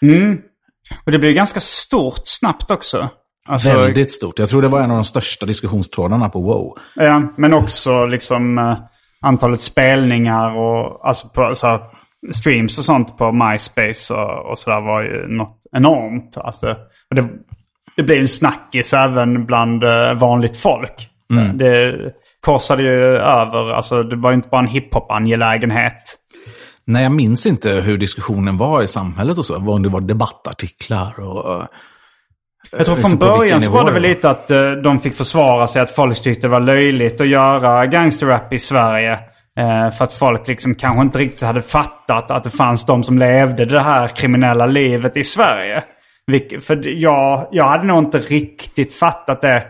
Och det blev ganska stort snabbt också. Alltså, väldigt stort. Jag tror det var en av de största diskussionstrådarna på Wow. Ja, men också liksom antalet spelningar och alltså på så här, streams och sånt på MySpace och sådär var ju något enormt. Alltså, och det blev en snackis även bland vanligt folk. Det korsade ju över, alltså det var inte bara en hiphop-angelägenhet. Nej, jag minns inte hur diskussionen var i samhället och så. Om det var debattartiklar och... Jag tror från början så var det väl lite att de fick försvara sig, att folk tyckte det var löjligt att göra gangsterrap i Sverige. För att folk liksom kanske inte riktigt hade fattat att det fanns de som levde det här kriminella livet i Sverige. För jag hade nog inte riktigt fattat det.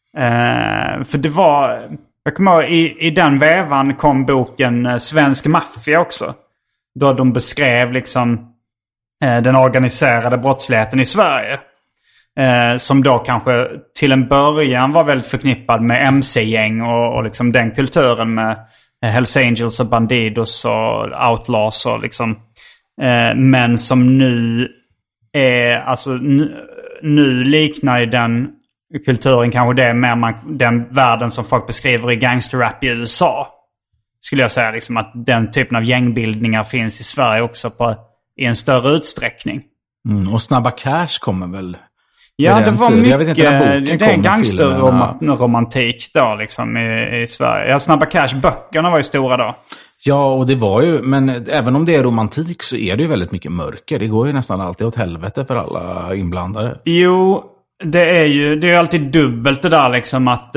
För det var... Jag kommer ihåg, i den vevan kom boken Svensk Maffia också. Då de beskrev liksom den organiserade brottsligheten i Sverige. Som då kanske till en början var väldigt förknippad med MC-gäng och liksom den kulturen med Hells Angels och Bandidos och Outlaws och liksom. Men som nu är, alltså nu liknar ju den kulturen kanske det mer den världen som folk beskriver i gangsterrap i USA. Skulle jag säga liksom att den typen av gängbildningar finns i Sverige också i en större utsträckning. Och Snabba Cash kommer väl? Ja, det var mycket, jag vet inte när boken det är en gangsterromantik då liksom i Sverige. Ja, Snabba Cash-böckerna var ju stora då. Ja, och det var ju, men även om det är romantik så är det ju väldigt mycket mörker. Det går ju nästan alltid åt helvete för alla inblandade. Jo, det är alltid dubbelt det där liksom att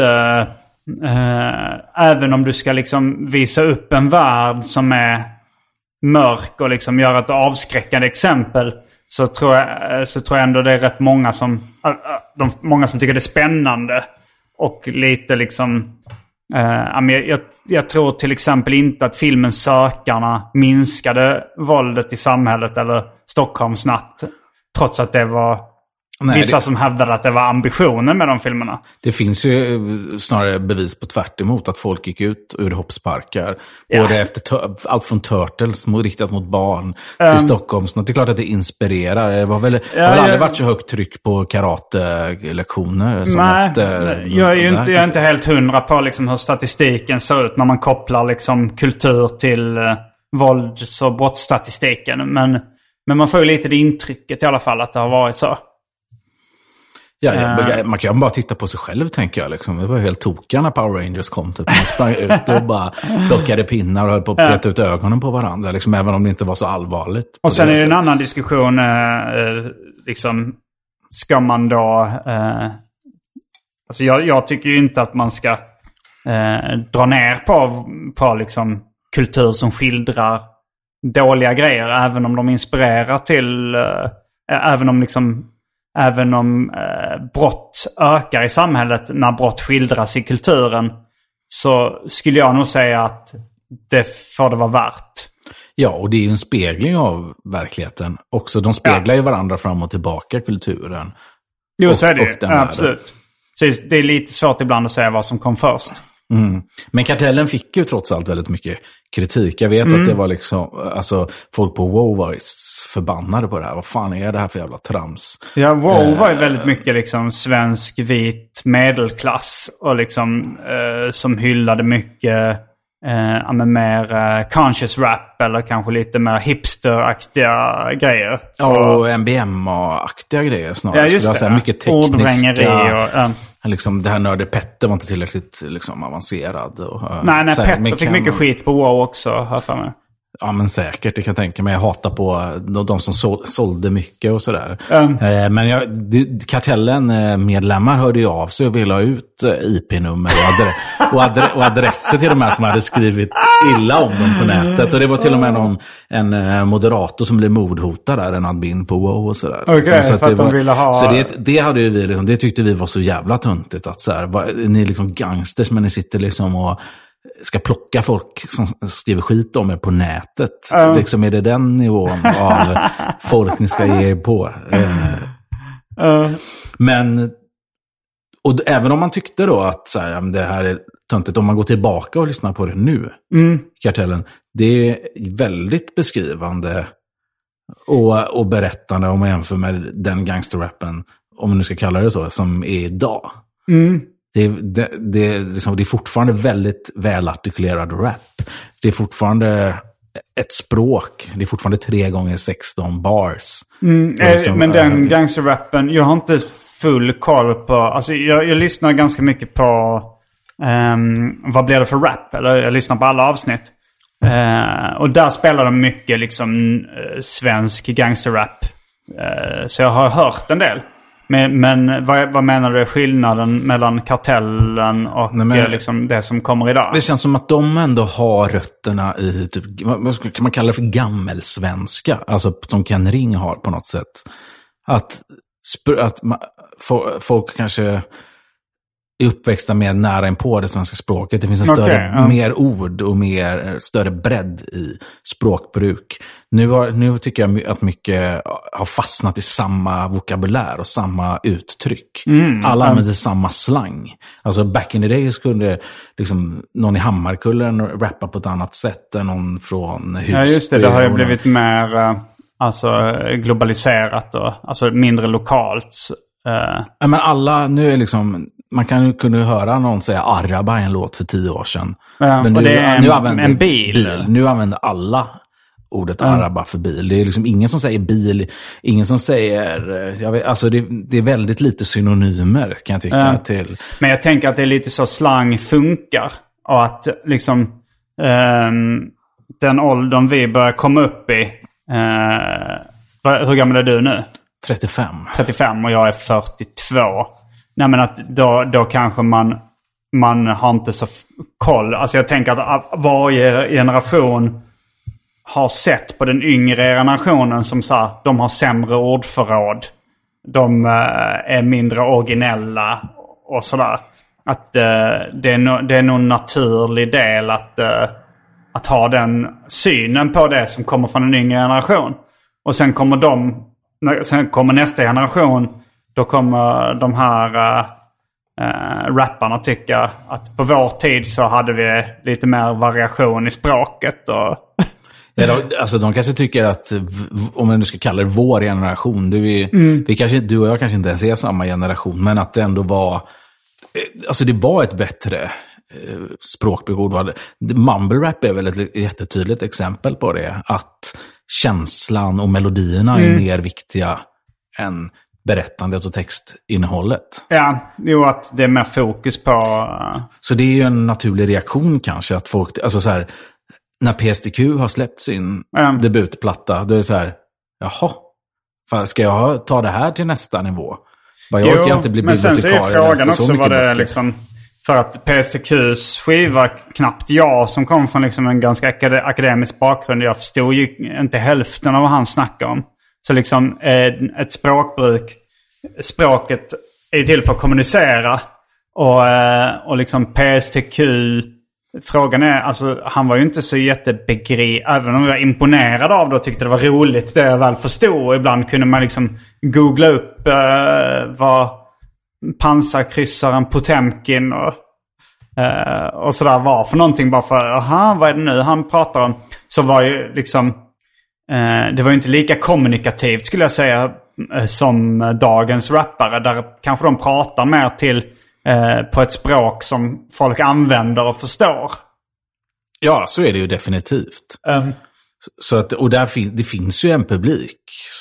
även om du ska liksom visa upp en värld som är mörk och liksom göra ett avskräckande exempel, så tror jag ändå det är rätt många som många som tycker det är spännande och lite liksom Jag tror till exempel inte att filmen Sökarna minskade våldet i samhället eller Stockholmsnatt. Trots att det var vissa som hävdade att det var ambitionen med de filmerna. Det finns ju snarare bevis på tvärt emot att folk gick ut ur hoppsparkar. Både efter allt från Turtles riktat mot barn till Stockholmsnatt. Det är klart att det inspirerar. Det har väl aldrig varit så högt tryck på karate-lektioner som efter... Jag är inte helt 100 på liksom hur statistiken ser ut när man kopplar liksom kultur till vålds- och brottsstatistiken. Men man får ju lite det intrycket i alla fall att det har varit så. Man kan bara titta på sig själv, tänker jag. Liksom. Det var helt tokiga när Power Rangers kom. Typ. Man sprang ut och bara plockade pinnar och höll på att peta ut ögonen på varandra. Liksom, även om det inte var så allvarligt. Och sen är det en annan diskussion. Liksom, ska man då... alltså jag tycker ju inte att man ska dra ner på liksom, kultur som skildrar dåliga grejer. Även om de inspirerar till... Även om brott ökar i samhället när brott skildras i kulturen, så skulle jag nog säga att det får det vara värt. Ja, och det är ju en spegling av verkligheten. Också, de speglar ju varandra fram och tillbaka, kulturen. Jo, så är det ju. Absolut. Så det är lite svårt ibland att säga vad som kom först. Mm. Men Kartellen fick ju trots allt väldigt mycket kritik. Jag vet att det var liksom, alltså, folk på WoW var förbannade på det här. Vad fan är det här för jävla trams? Ja, WoW var ju väldigt mycket liksom svensk vit medelklass och liksom som hyllade mycket mer conscious rap eller kanske lite mer hipsteraktiga grejer. Och MBMA-aktiga grejer snarare. Ja, just det. Säga, mycket tekniska. Ordvrängeri och... Liksom, det här nörde Petter var inte tillräckligt liksom, avancerad. Nej, Petter fick mycket skit på WoW också, här för mig. Ja, men säkert, det kan jag tänka mig. Jag hatar på de som sålde mycket och sådär. Men Kartellen-medlemmar hörde ju av sig och ville ha ut IP-nummer och adresser till de här som hade skrivit illa om dem på nätet. Och det var till och med en moderator som blev mordhotad där, en admin på WoW och sådär. Okej, så för att de ville ha... Så det hade ju vi liksom, det tyckte vi var så jävla töntigt att så här, ni är liksom gangsters, men ni sitter liksom och ska plocka folk som skriver skit om er på nätet. Liksom, är det den nivån av folk ni ska ge er på? Men, och även om man tyckte då att så här, det här är töntigt, om man går tillbaka och lyssnar på det nu, Kartellen, det är väldigt beskrivande och berättande om man jämför med den gangsterrappen, om man nu ska kalla det så, som är idag. Det är fortfarande väldigt välartikulerad rap. Det är fortfarande ett språk. Det är fortfarande 3x16 bars. Men den gangsterrappen, jag har inte full koll på... Alltså jag lyssnar ganska mycket på... vad blir det för rap? Eller jag lyssnar på alla avsnitt. Och där spelar de mycket liksom svensk gangsterrap. Så jag har hört en del. Men vad menar du är skillnaden mellan Kartellen och liksom det som kommer idag? Det känns som att de ändå har rötterna i typ, vad kan man kalla det för, gammelsvenska. Alltså som Ken Ring har på något sätt. Att folk kanske är uppväxta mer nära in på det svenska språket. Det finns en mer ord och större bredd i språkbruk. Nu tycker jag att mycket har fastnat i samma vokabulär och samma uttryck. Alla använder samma slang. Alltså back in the days kunde liksom någon i Hammarkullen rappa på ett annat sätt än någon från Husby. Ja, just det. Det har ju blivit mer globaliserat och alltså mindre lokalt. Men alla, nu är liksom... Man kunde höra någon säga Araba i en låt för 10 år sedan. Men nu, och det är en bil. Nu använder alla ordet Araba för bil. Det är liksom ingen som säger bil, ingen som säger... alltså det är väldigt lite synonymer, kan jag tycka. Till. Men jag tänker att det är lite så slang funkar. Och att liksom den åldern vi börjar komma upp i... hur gammal är du nu? 35 och jag är 42. Nej, men att då kanske man har inte så koll. Alltså jag tänker att varje generation har sett på den yngre generationen som så här, de har sämre ordförråd. De är mindre originella och sådär. Att det är någon naturlig del att ha den synen på det som kommer från en yngre generation. Och sen kommer nästa generation, då kommer de här rapparna tycka att på vår tid så hade vi lite mer variation i språket. Och ja, alltså de kanske tycker att, om man nu ska kalla det vår generation, du och jag kanske inte ens är samma generation, men att det ändå var, alltså det var ett bättre språkbruk. Mumble rap är väl ett jättetydligt exempel på det, att känslan och melodierna är mer viktiga än berättandet och textinnehållet. Ja, att det är mer fokus på... Så det är ju en naturlig reaktion kanske, att folk, alltså så här, när PSTQ har släppt sin debutplatta, då är det så här, jaha, ska jag ta det här till nästa nivå? Jag orkar inte bli bibliotekarie. Men sen så är frågan också vad det är liksom, för att PSTQs skiva knappt jag, som kom från liksom en ganska akademisk bakgrund, jag förstod ju inte hälften av vad han snackar om. Så liksom ett språkbruk, språket är till för att kommunicera, och liksom PSTQ, frågan är, alltså han var ju inte så även om jag var imponerad av det och tyckte det var roligt det jag väl förstod. Ibland kunde man liksom googla upp vad pansarkryssaren Potemkin och sådär var för någonting, bara för, vad är det nu han pratar om? Så var ju liksom det var ju inte lika kommunikativt, skulle jag säga, som dagens rappare, där kanske de pratar mer till på ett språk som folk använder och förstår. Ja, så är det ju definitivt. Så att, och det finns ju en publik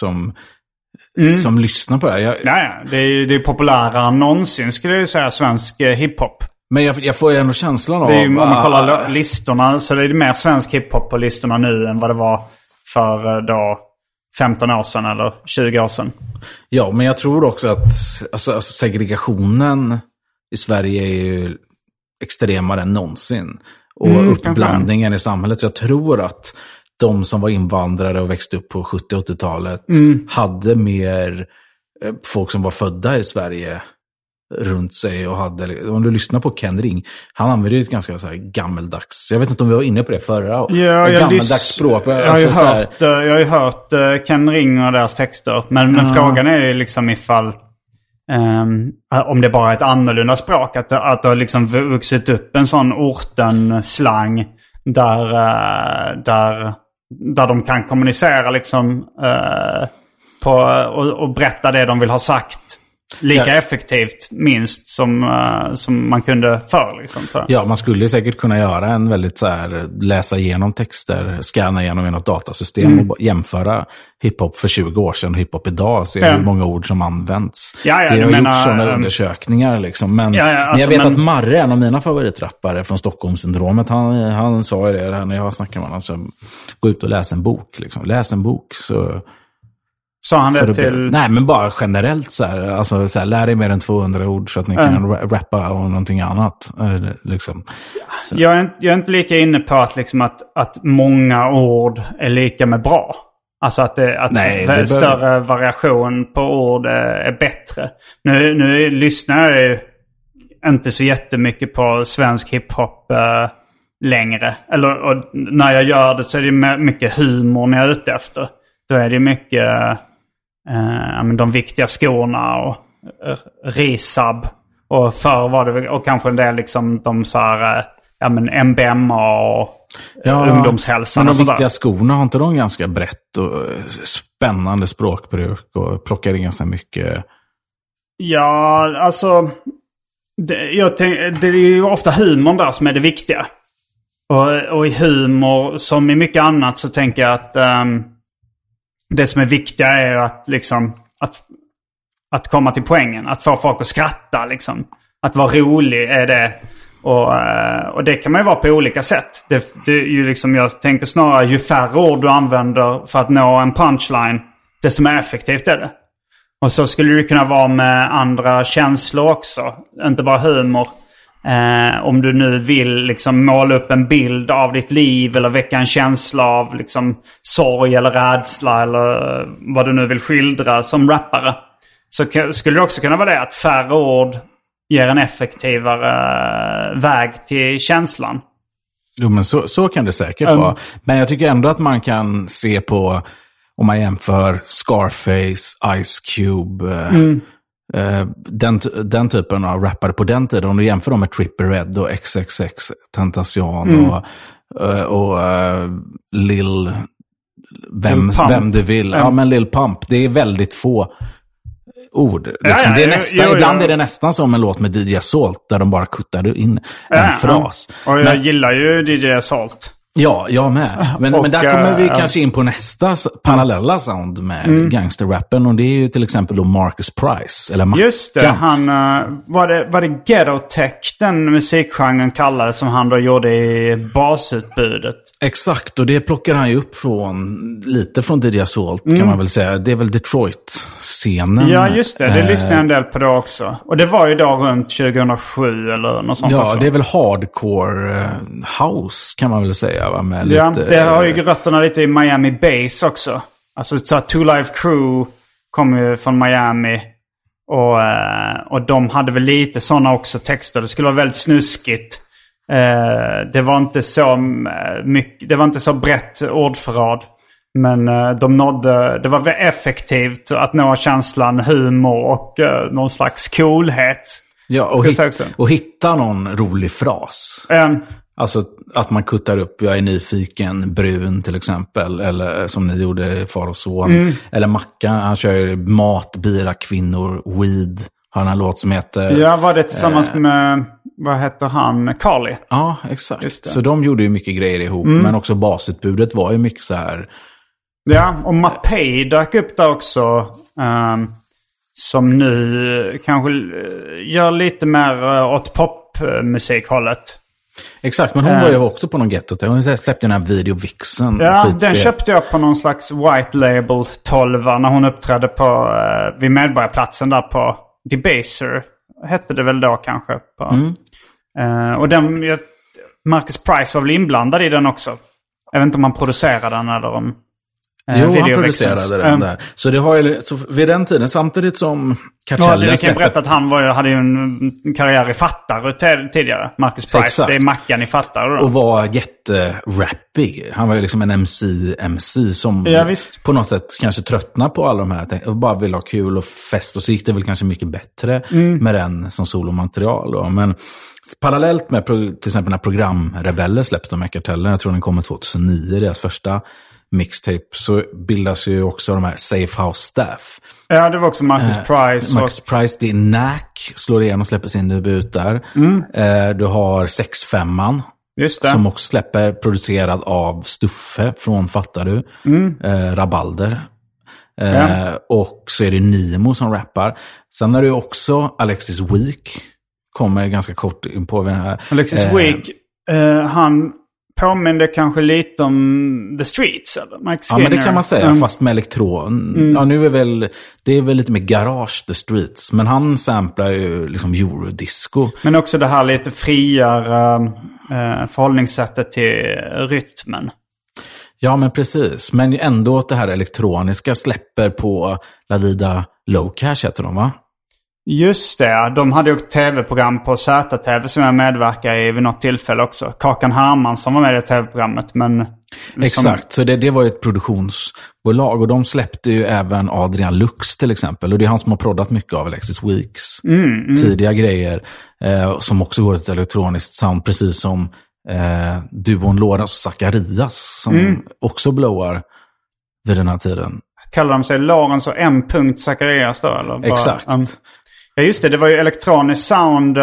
som lyssnar på det. Det är populärare än någonsin, skulle jag säga, svensk hiphop. Men jag får ju ändå känslan av... Det är ju, om man kollar listorna, så det är mer svensk hiphop på listorna nu än vad det var för då 15 år sedan eller 20 år sedan. Ja, men jag tror också att alltså segregationen i Sverige är ju extremare än någonsin. Och uppblandningen i samhället. Så jag tror att de som var invandrare och växte upp på 70- och 80-talet hade mer folk som var födda i Sverige runt sig och hade, om du lyssnar på Ken Ring, han använder ju ett ganska så här gammeldags, jag vet inte om vi var inne på det förra, gammeldags språk. Jag har ju hört Ken Ring och deras texter, men frågan är ju liksom ifall om det bara är ett annorlunda språk, att det har liksom vuxit upp en sån orten-slang där de kan kommunicera liksom och berätta det de vill ha sagt lika effektivt minst som man kunde förr liksom. Ja, man skulle säkert kunna göra en väldigt så här, läsa igenom texter, scanna igenom i något datasystem och jämföra hiphop för 20 år sedan och hiphop idag, se hur många ord som används. Det har gjort sådana undersökningar liksom. Men jag vet att Marre, en av mina favoritrappare från Stockholmssyndromet, han sa ju det när jag snackade med honom, så gå ut och läs en bok liksom. Läs en bok, så sa han det till... Nej, men bara generellt så här, alltså så här, lär dig mer än 200 ord så att ni kan rappa om någonting annat liksom. Jag är inte lika inne på att liksom att många ord är lika med bra. Alltså att det större variation på ord är bättre. Nu lyssnar jag ju inte så jättemycket på svensk hiphop längre. Och när jag gör det så är det mycket humor när jag är ute efter. Då är det mycket de viktiga skorna och Risab och förr var det, och kanske en del liksom de så här MBMA och ungdomshälsan. Men de viktiga skorna, har inte de ganska brett och spännande språkbruk och plockar in ganska mycket? Ja, alltså det är ju ofta humorn där som är det viktiga. Och i humor som i mycket annat så tänker jag att det som är viktiga är att liksom att komma till poängen, att få folk att skratta liksom. Att vara rolig är det, och det kan man ju vara på olika sätt. Det är ju liksom, jag tänker snarare ju färre ord du använder för att nå en punchline, desto mer effektivt är det. Och så skulle det kunna vara med andra känslor också, inte bara humor. Om du nu vill liksom måla upp en bild av ditt liv eller väcka en känsla av liksom sorg eller rädsla eller vad du nu vill skildra som rappare, så skulle det också kunna vara det att färre ord ger en effektivare väg till känslan. Jo, men så kan det säkert vara. Men jag tycker ändå att man kan se på, om man jämför Scarface, Ice Cube, den typen av rappare på den tiden. Om du jämför dem med Trippie Redd och XXX Tentacion och Lil vem du vill. Ja, men Lil Pump. Det är väldigt få ord. Liksom. Det är ibland är det nästan som en låt med DJ Salt där de bara kuttade in en fras. Och jag gillar ju DJ Salt. Ja, jag med. Men där kommer vi kanske in på nästa parallella sound med gangsterrappen, och det är ju till exempel då Marcus Price eller Mackan. Just det, han var det Ghetto Tech, den musikgenren kallades, som han då gjorde i basutbudet. Exakt, och det plockar han ju upp lite från DJ Salt kan man väl säga. Det är väl Detroit-scenen. Ja, just det lyssnade jag en del på det också. Och det var ju då runt 2007 eller något sånt också. Ja, det är väl hardcore house kan man väl säga. Med lite, det har ju rötterna lite i Miami Bass också. Alltså så Two Live Crew kom ju från Miami. Och de hade väl lite sådana också texter. Det skulle vara väldigt snuskigt. Det var inte så mycket, det var inte så brett ordförråd. Men det var effektivt att nå känslan, humor och någon slags coolhet. Ja, och hitta någon rolig fras. Alltså att man kuttar upp, jag är nyfiken, brun till exempel. Eller som ni gjorde i Far och son. Eller Mackan, han kör ju mat, bira, kvinnor, weed. Har han en låt som heter... Ja, var det tillsammans med, vad heter han? Carly. Ja, exakt. Så de gjorde ju mycket grejer ihop. Men också basutbudet var ju mycket så här... Ja, och Mapei dök upp där också. Som nu kanske gör lite mer åt popmusikhållet. Exakt, men hon var ju också på någon ghetto. Hon släppte den här videovixen. Ja, den köpte jag på någon slags white label 12 när hon uppträdde på vid Medborgarplatsen där på Debaser. Hette det väl då kanske. Och Marcus Price var väl inblandad i den också. Jag vet inte om han producerade den eller om... Jo, han producerade den där. Så det har ju, så vid den tiden, samtidigt som Kartellen... Jag kan berätta att han hade ju en karriär i Fattar tidigare. Marcus Price, exakt. Det är Mackan i Fattar. Och var jätterappig. Han var ju liksom en MC som på något sätt kanske tröttnar på alla de här. Och bara vill ha kul och fest. Och så gick det väl kanske mycket bättre med den som solomaterial då. Men parallellt med till exempel när Programrebeller släpps de med Kartellen, jag tror den kommer 2009, deras första mixtape, så bildas ju också de här Safe House Staff. Ja, det var också Marcus Price. Marcus Price, det är Nack, slår igen och släpper sin debut där. Du har 6-5-an. Just det. Som också släpper, producerad av Stuffe från Fattar du. Rabalder. Och så är det Nimo som rappar. Sen har du också Alexis Week. Kommer ganska kort in på den här. Alexis Week, han påminner kanske lite om The Streets eller Mike Skinner. Ja, men det kan man säga, fast med elektron. Ja, nu är det är väl lite mer garage The Streets, men han samplar ju liksom eurodisco. Men också det här lite friare förhållningssättet till rytmen. Ja, men precis. Men ändå att det här elektroniska släpper på La Vida Low Cash heter de, va? Just det, de hade ju ett tv-program på ZTV som jag medverkade i vid något tillfälle också. Kakan Hermansson var med i tv-programmet, men... Exakt, så det var ju ett produktionsbolag och de släppte ju även Adrian Lux till exempel. Och det är han som har proddat mycket av Alexis Weeks tidiga grejer som också går ett elektroniskt sound, precis som duon Lorentz och Zacharias som också blowar vid den här tiden. Kallar de sig Lorentz och M. Zacharias då? Eller bara, exakt. Ja, just det var ju elektronisk sound.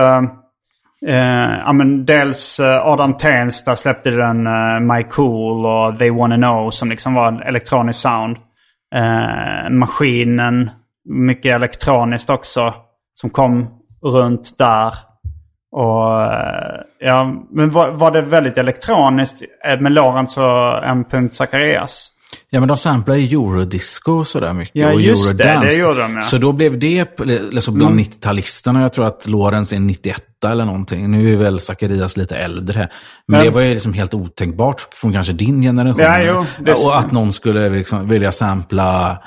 Men dels Adam Tensta släppte den My Cool och They Wanna Know som liksom var elektronisk sound. Maskinen, mycket elektroniskt också, som kom runt där. Och men var det väldigt elektroniskt med Lorentz och M. Zacharias? Ja, men de samplar ju eurodisco och sådär mycket. Ja, och just det gjorde de, ja. Så då blev det liksom bland 90-talisterna. Jag tror att Lorentz är 91 eller någonting. Nu är väl Zacharias lite äldre. Men det var ju liksom helt otänkbart från kanske din generation. Ja, och att någon skulle liksom vilja sampla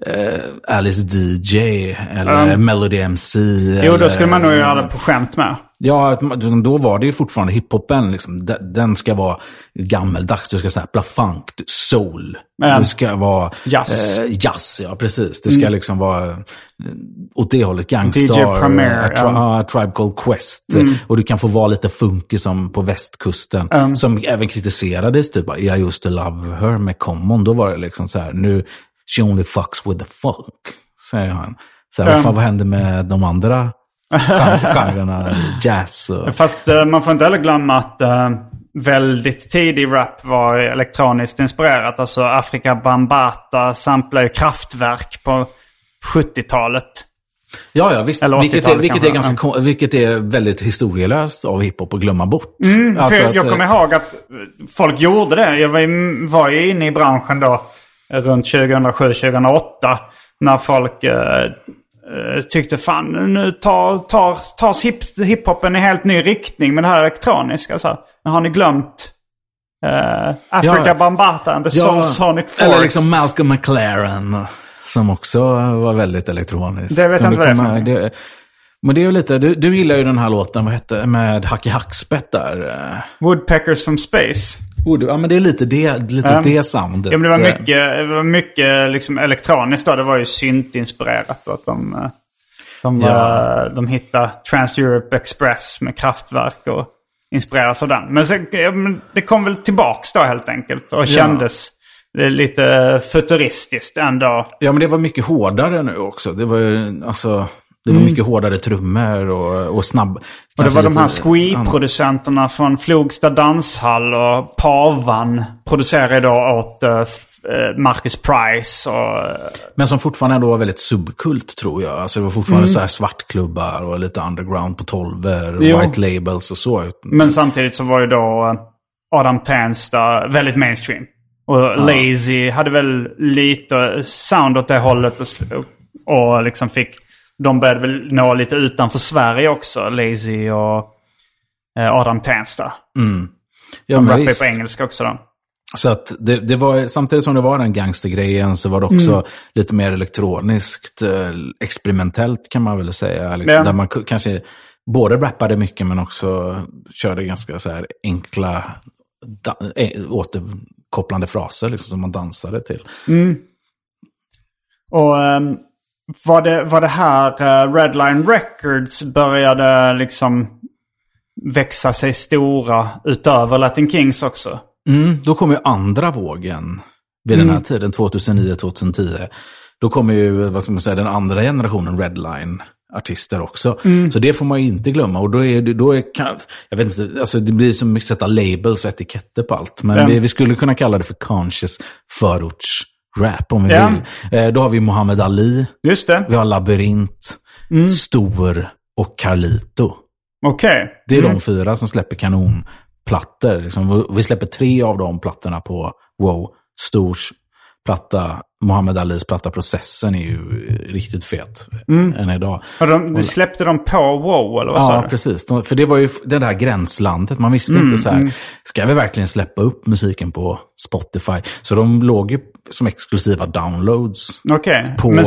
Alice DJ eller Melody MC. Jo, då skulle man nog göra det på skämt med. Ja, då var det ju fortfarande hiphopen. Liksom. Den ska vara gammeldags. Du ska sampla funk, soul. Det ska vara jazz, ja precis. Det ska liksom vara åt det hållet. Gangstar, DJ Premier, Tribe Called Quest. Och du kan få vara lite funky som på västkusten. Som även kritiserades typ. I used to love her med Common. Då var det liksom så här, nu she only fucks with the funk, säger han. Så här, vad händer med de andra genrerna, jazz och... Fast man får inte heller glömma att väldigt tidig rap var elektroniskt inspirerat. Alltså Afrika Bambaataa samplade Kraftwerk på 70-talet. Ja, visst. Vilket är väldigt historielöst av hiphop att glömma bort. Alltså jag kommer ihåg att folk gjorde det. Jag var ju inne i branschen då runt 2007-2008 när folk tyckte fan nu tar hiphopen i helt ny riktning med det här elektroniska. Så nu har ni glömt Afrika Bambaataa and the Soulsonic Force. Eller liksom Malcolm McLaren som också var väldigt elektronisk. Det vet jag inte vad det är för men det är ju lite, du gillar ju den här låten, vad hette med Hacky Hackspett där. Woodpeckers from Space. Ja, men det är lite det soundet. Ja, men det var mycket liksom elektroniskt då. Det var ju syntinspirerat att de hittade Trans-Europe Express med Kraftwerk och inspireras av den. Men det kom väl tillbaks då helt enkelt och kändes lite futuristiskt ändå. Ja, men det var mycket hårdare nu också. Det var ju det var mycket hårdare trummor och snabb. Och det var de här Squee-producenterna från Flogsta danshall och Pavan producerade då åt Marcus Price. Men som fortfarande ändå var väldigt subkult, tror jag. Alltså det var fortfarande så här svartklubbar och lite underground på 12 och white labels och så. Men samtidigt så var ju då Adam Tänsta väldigt mainstream. Och Lazy hade väl lite sound åt det hållet och liksom de började väl nå lite utanför Sverige också. Lazy och Adam Tänsta. Ja, de rappade på engelska också då. Så att det var, samtidigt som det var den gangstergrejen så var det också lite mer elektroniskt, experimentellt kan man väl säga. Liksom, där man kanske både rappade mycket men också körde ganska så här enkla återkopplande fraser liksom, som man dansade till. Och var det här Redline Records började liksom växa sig stora utöver Latin Kings också? Då kom ju andra vågen vid den här tiden, 2009-2010. Då kommer ju, vad ska man säga, den andra generationen Redline-artister också. Så det får man ju inte glömma. Och då är jag vet inte, alltså det blir som att sätta labels och etiketter på allt. Men vi skulle kunna kalla det för conscious förorts-rap om vi vill. Då har vi Muhammad Ali. Just det. Vi har Labyrint, Stor och Carlito. Okej. Det är de 4 som släpper kanonplattor. Liksom. Vi släpper 3 av de plattorna på Wow. Stors platta, Muhammad Alis platta Processen är ju riktigt fet än idag. Du släppte dem på Wow eller vad sa du? Ja, precis. För det var ju det där gränslandet. Man visste inte så här, ska vi verkligen släppa upp musiken på Spotify? Så de låg ju som exklusiva downloads. Okej. Men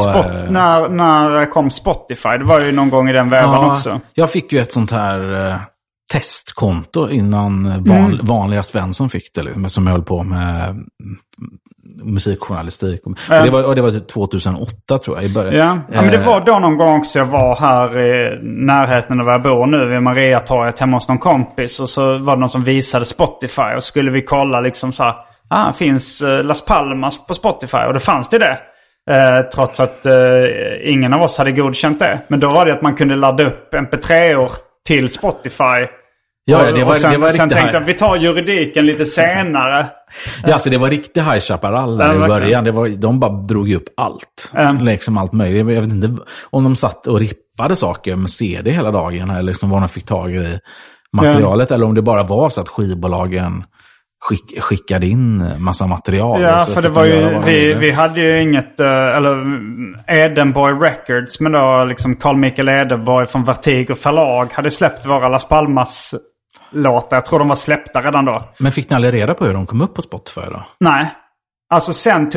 när kom Spotify? Det var ju någon gång i den väven också. Jag fick ju ett sånt här testkonto innan vanliga Svensson fick det, som jag höll på med musikjournalistik. Det var typ 2008 tror jag i början. Ja, men det var då någon gång också jag var här i närheten av där jag bor nu vid Mariatorget hemma hos någon kompis och så var det någon som visade Spotify och skulle vi kolla liksom så här, finns Las Palmas på Spotify och det fanns det. Trots att ingen av oss hade godkänt det. Men då var det att man kunde ladda upp MP3-or till Spotify. Ja, det var sen tänkte jag att vi tar juridiken lite senare. Ja, alltså det var riktigt High Chaparral där i början. De bara drog upp allt. Liksom allt möjligt. Jag vet inte om de satt och rippade saker med CD hela dagen. Eller liksom vad de fick tag i materialet. Eller om det bara var så att skivbolagen skickade in massa material. Ja, för det var ju, vi hade ju inget, eller Edenborg Records, men då liksom Carl Michael Edenborg från Vertigo förlag hade släppt våra Las Palmas låtar. Jag tror de var släppta redan då. Men fick ni aldrig reda på hur de kom upp på Spotify då? Nej. Alltså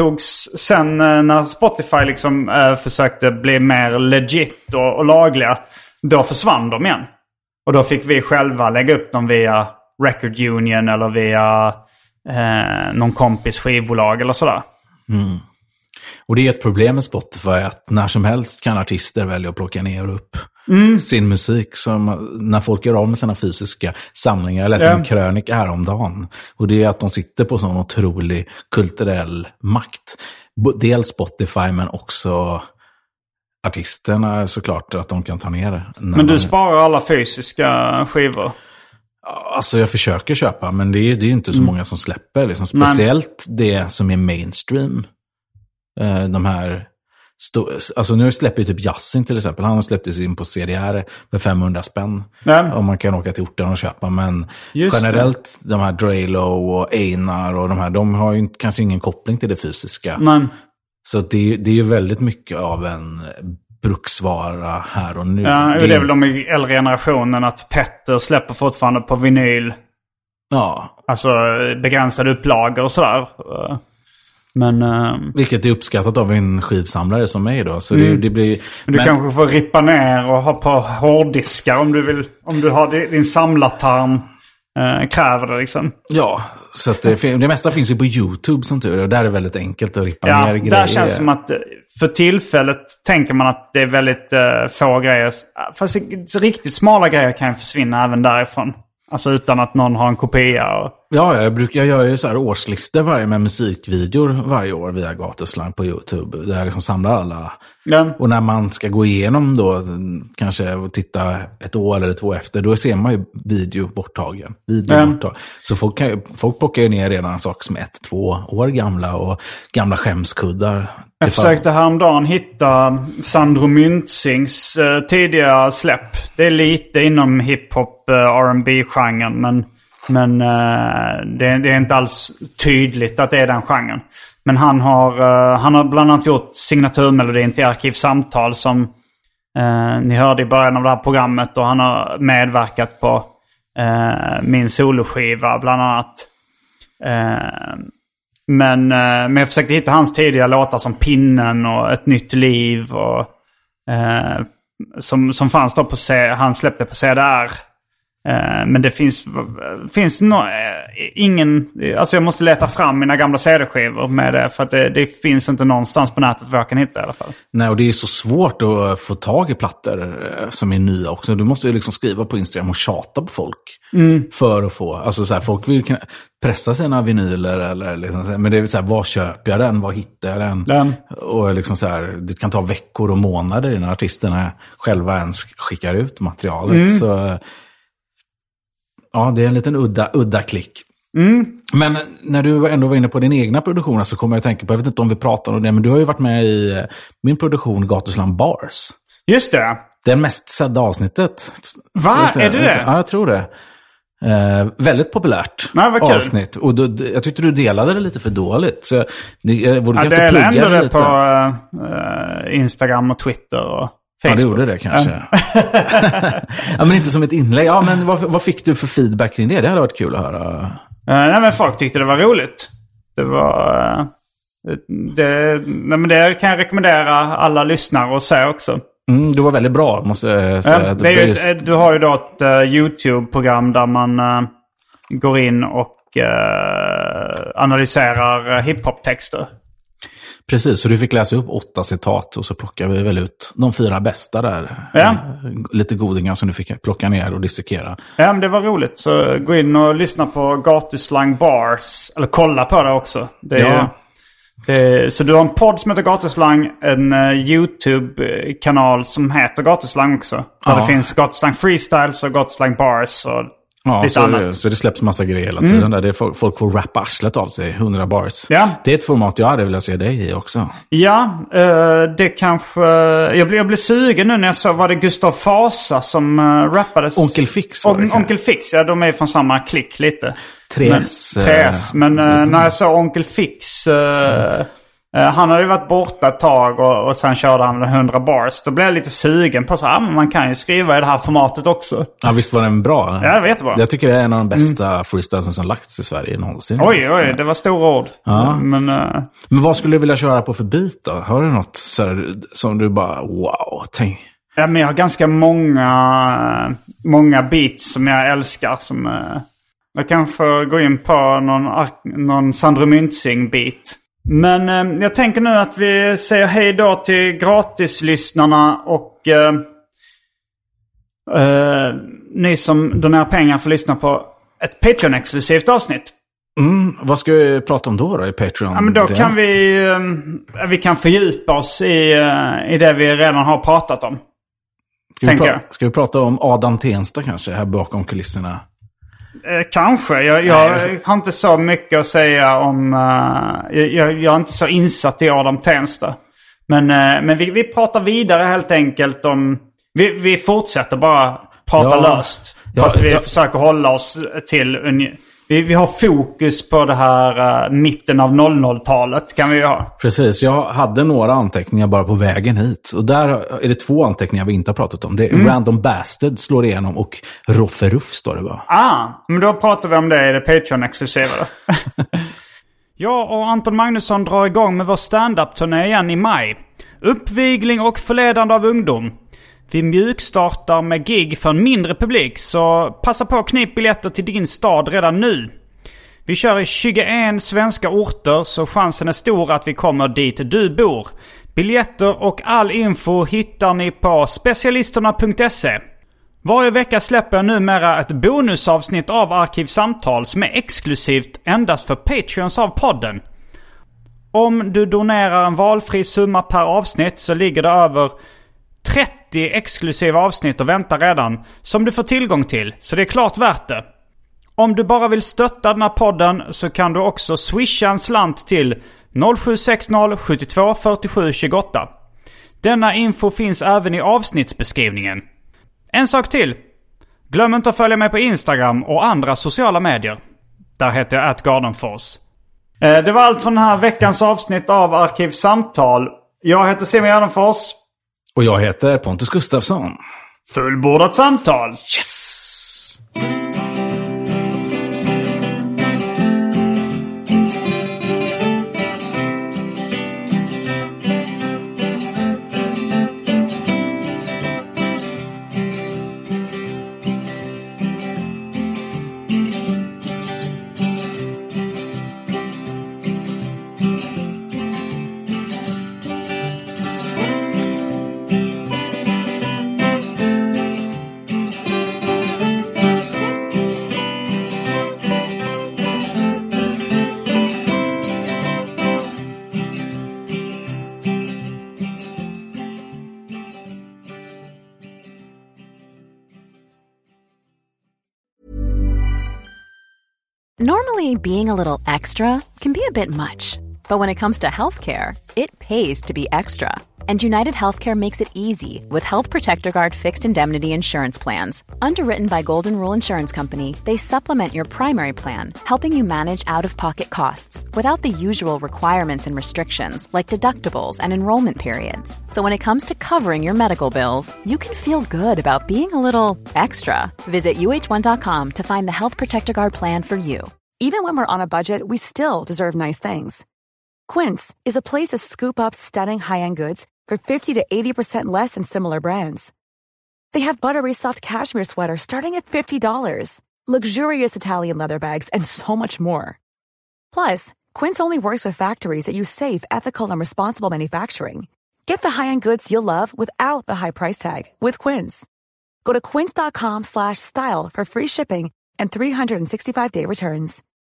sen när Spotify liksom försökte bli mer legit och lagliga, då försvann de igen. Och då fick vi själva lägga upp dem via Record Union eller via någon kompis skivbolag eller sådär. Mm. Och det är ett problem med Spotify att när som helst kan artister välja att plocka ner upp sin musik. Som när folk gör av med sina fysiska samlingar. Jag läste en krönika häromdagen. Och det är att de sitter på sån otrolig kulturell makt. Dels Spotify men också artisterna såklart, att de kan ta ner det. Men du sparar alla fysiska skivor? Alltså jag försöker köpa, men det är inte så många som släpper. Liksom. Speciellt det som är mainstream. De här alltså nu släpper ju typ Yasin till exempel. Han har släppt in på CDR för 500 spänn. Och man kan åka till orten och köpa. Men generellt de här Drelo och Einar och de har ju kanske ingen koppling till det fysiska. Men. Så det är ju väldigt mycket av en bruksvara här och nu. Ja, det är väl de i äldre generationen att Petter släpper fortfarande på vinyl. Ja. Alltså begränsade upplagor och sådär. Men, vilket är uppskattat av en skivsamlare som mig då. Så det blir, men du kanske får rippa ner och ha på hårddiskar om du vill. Om du har din samlartarm kräver det liksom. Ja, så att det mesta finns ju på YouTube som tur. Och där är det väldigt enkelt att rippa ner grejer. Ja, där känns som att för tillfället tänker man att det är väldigt få grejer. Fast riktigt smala grejer kan försvinna även därifrån. Alltså utan att någon har en kopia. Och... Ja, jag gör ju så här årslistor med musikvideor varje år via Gatuslang på YouTube. Där jag liksom samlar alla. Ja. Och när man ska gå igenom då, kanske och titta ett år eller 2 efter, då ser man ju video borttagen. Så folk plockar ju ner redan saker som 1-2 år gamla och gamla skämskuddar. Jag försökte häromdagen hitta Sandro Myntzings tidiga släpp. Det är lite inom hiphop R&B-genren, men det är inte alls tydligt att det är den genren. Men han har bland annat gjort signaturmelodin till Arkivsamtal som ni hörde i början av det här programmet, och han har medverkat på min soloskiva bland annat. Men jag försökte hitta hans tidiga låtar som Pinnen och Ett nytt liv och som fanns då han släppte på CDR. Men det finns ingen, alltså jag måste leta fram mina gamla CD-skivor med det, för att det finns inte någonstans på nätet vad jag kan hitta i alla fall. Nej, och det är så svårt att få tag i plattor som är nya också. Du måste ju liksom skriva på Instagram och tjata på folk för att få, alltså så här, folk vill pressa sina vinyler eller liksom, men det är så här, var köper jag den, var hittar jag den? Och liksom så här, det kan ta veckor och månader innan artisterna själva ens skickar ut materialet. Så ja, det är en liten udda klick. Men när du ändå var inne på din egna produktion så kommer jag att tänka på, jag vet inte om vi pratar om det, men du har ju varit med i min produktion Gatuslang Bars. Just det. Det mest sedda avsnittet. Va? Är det? Ja, jag tror det. Väldigt populärt avsnitt. Och jag tyckte du delade det lite för dåligt. Så det vore gött att plugga det lite. På Instagram och Twitter och Facebook. Ja, det gjorde det kanske. Ja, men inte som ett inlägg. Ja, men vad fick du för feedback kring det? Det hade varit kul att höra. Nej, men folk tyckte det var roligt. Det var... nej, men det kan jag rekommendera alla lyssnare att se också. Du var väldigt bra, måste jag säga. Du har ju då ett YouTube-program där man går in och analyserar hiphop-texter. Precis, så du fick läsa upp 8 citat och så plockar vi väl ut de 4 bästa där. Lite godingar som du fick plocka ner och dissekera. Ja, men det var roligt. Så gå in och lyssna på Gatuslang Bars. Eller kolla på det också. Så du har en podd som heter Gatuslang, en YouTube-kanal som heter Gatuslang också. Där det finns Gatuslang Freestyles och Gatuslang Bars och lite annat. Så det släpps massa grejer hela tiden. Där folk får rappa arslet av sig, 100 bars. Ja. Det är ett format jag hade velat se dig i också. Ja, det kanske... Jag blev sugen nu när jag såg, var det Gustav Fasa som rappades? Onkel Fix. Onkel Fix, ja, de är från samma klick lite. Tres. Men när jag såg Onkel Fix Han hade ju varit borta ett tag och sen körde han 100 bars. Då blev jag lite sugen på men man kan ju skriva i det här formatet också. Ja, visst var den bra? Ja, jag vet vad. Jag tycker det är en av de bästa freestylesen som lagts i Sverige någonsin. Oj, det var stora ord. Ja. Men vad skulle du vilja köra på för beat då? Har du något som du bara, wow, tänk? Ja, men jag har ganska många beats som jag älskar. Jag kanske går in på någon Sandro Myntzing-beat. Men jag tänker nu att vi säger hej då till gratislyssnarna och ni som donerar pengar får lyssna på ett Patreon-exklusivt avsnitt. Vad ska vi prata om då i Patreon? Ja, men då kan vi kan fördjupa oss i det vi redan har pratat om. Ska vi prata om Adam Tensta kanske här bakom kulisserna? Kanske. Jag har inte så mycket att säga om... Jag är inte så insatt i Adam Tensta. Men vi pratar vidare helt enkelt om... Vi fortsätter bara prata löst. Fast vi försöker hålla oss till... Vi har fokus på det här mitten av 00-talet kan vi ha. Precis, jag hade några anteckningar bara på vägen hit. Och där är det 2 anteckningar vi inte har pratat om. Det är Random Bastard slår igenom och Rofferuff står det bara. Men då pratar vi om det i det Patreon-exklusiva. Jag och Anton Magnusson drar igång med vår stand-up-turné igen i maj. Uppvigling och förledande av ungdom. Vi mjukstartar med gig för en mindre publik, så passa på att knipa biljetter till din stad redan nu. Vi kör i 21 svenska orter, så chansen är stor att vi kommer dit du bor. Biljetter och all info hittar ni på specialisterna.se. Varje vecka släpper jag numera ett bonusavsnitt av Arkivsamtal som är exklusivt endast för Patreons av podden. Om du donerar en valfri summa per avsnitt så ligger det över 30 exklusiva avsnitt och väntar redan som du får tillgång till, så det är klart värt det. Om du bara vill stötta den här podden så kan du också swisha en slant till 0760 72 47 28. Denna info finns även i avsnittsbeskrivningen. En sak till. Glöm inte att följa mig på Instagram och andra sociala medier. Där heter jag @Gardenfors. Det var allt från den här veckans avsnitt av Arkivsamtal. Jag heter Simon Gardenfors. Och jag heter Pontus Gustafsson. Fullbordat samtal. Yes! Normally, being a little extra can be a bit much. But when it comes to healthcare, it pays to be extra. And United Healthcare makes it easy with Health Protector Guard fixed indemnity insurance plans. Underwritten by Golden Rule Insurance Company, they supplement your primary plan, helping you manage out-of-pocket costs without the usual requirements and restrictions like deductibles and enrollment periods. So when it comes to covering your medical bills, you can feel good about being a little extra. Visit uh1.com to find the Health Protector Guard plan for you. Even when we're on a budget, we still deserve nice things. Quince is a place to scoop up stunning high-end goods for 50 to 80% less than similar brands. They have buttery soft cashmere sweaters starting at $50, luxurious Italian leather bags, and so much more. Plus, Quince only works with factories that use safe, ethical, and responsible manufacturing. Get the high-end goods you'll love without the high price tag with Quince. Go to quince.com/style for free shipping and 365-day returns.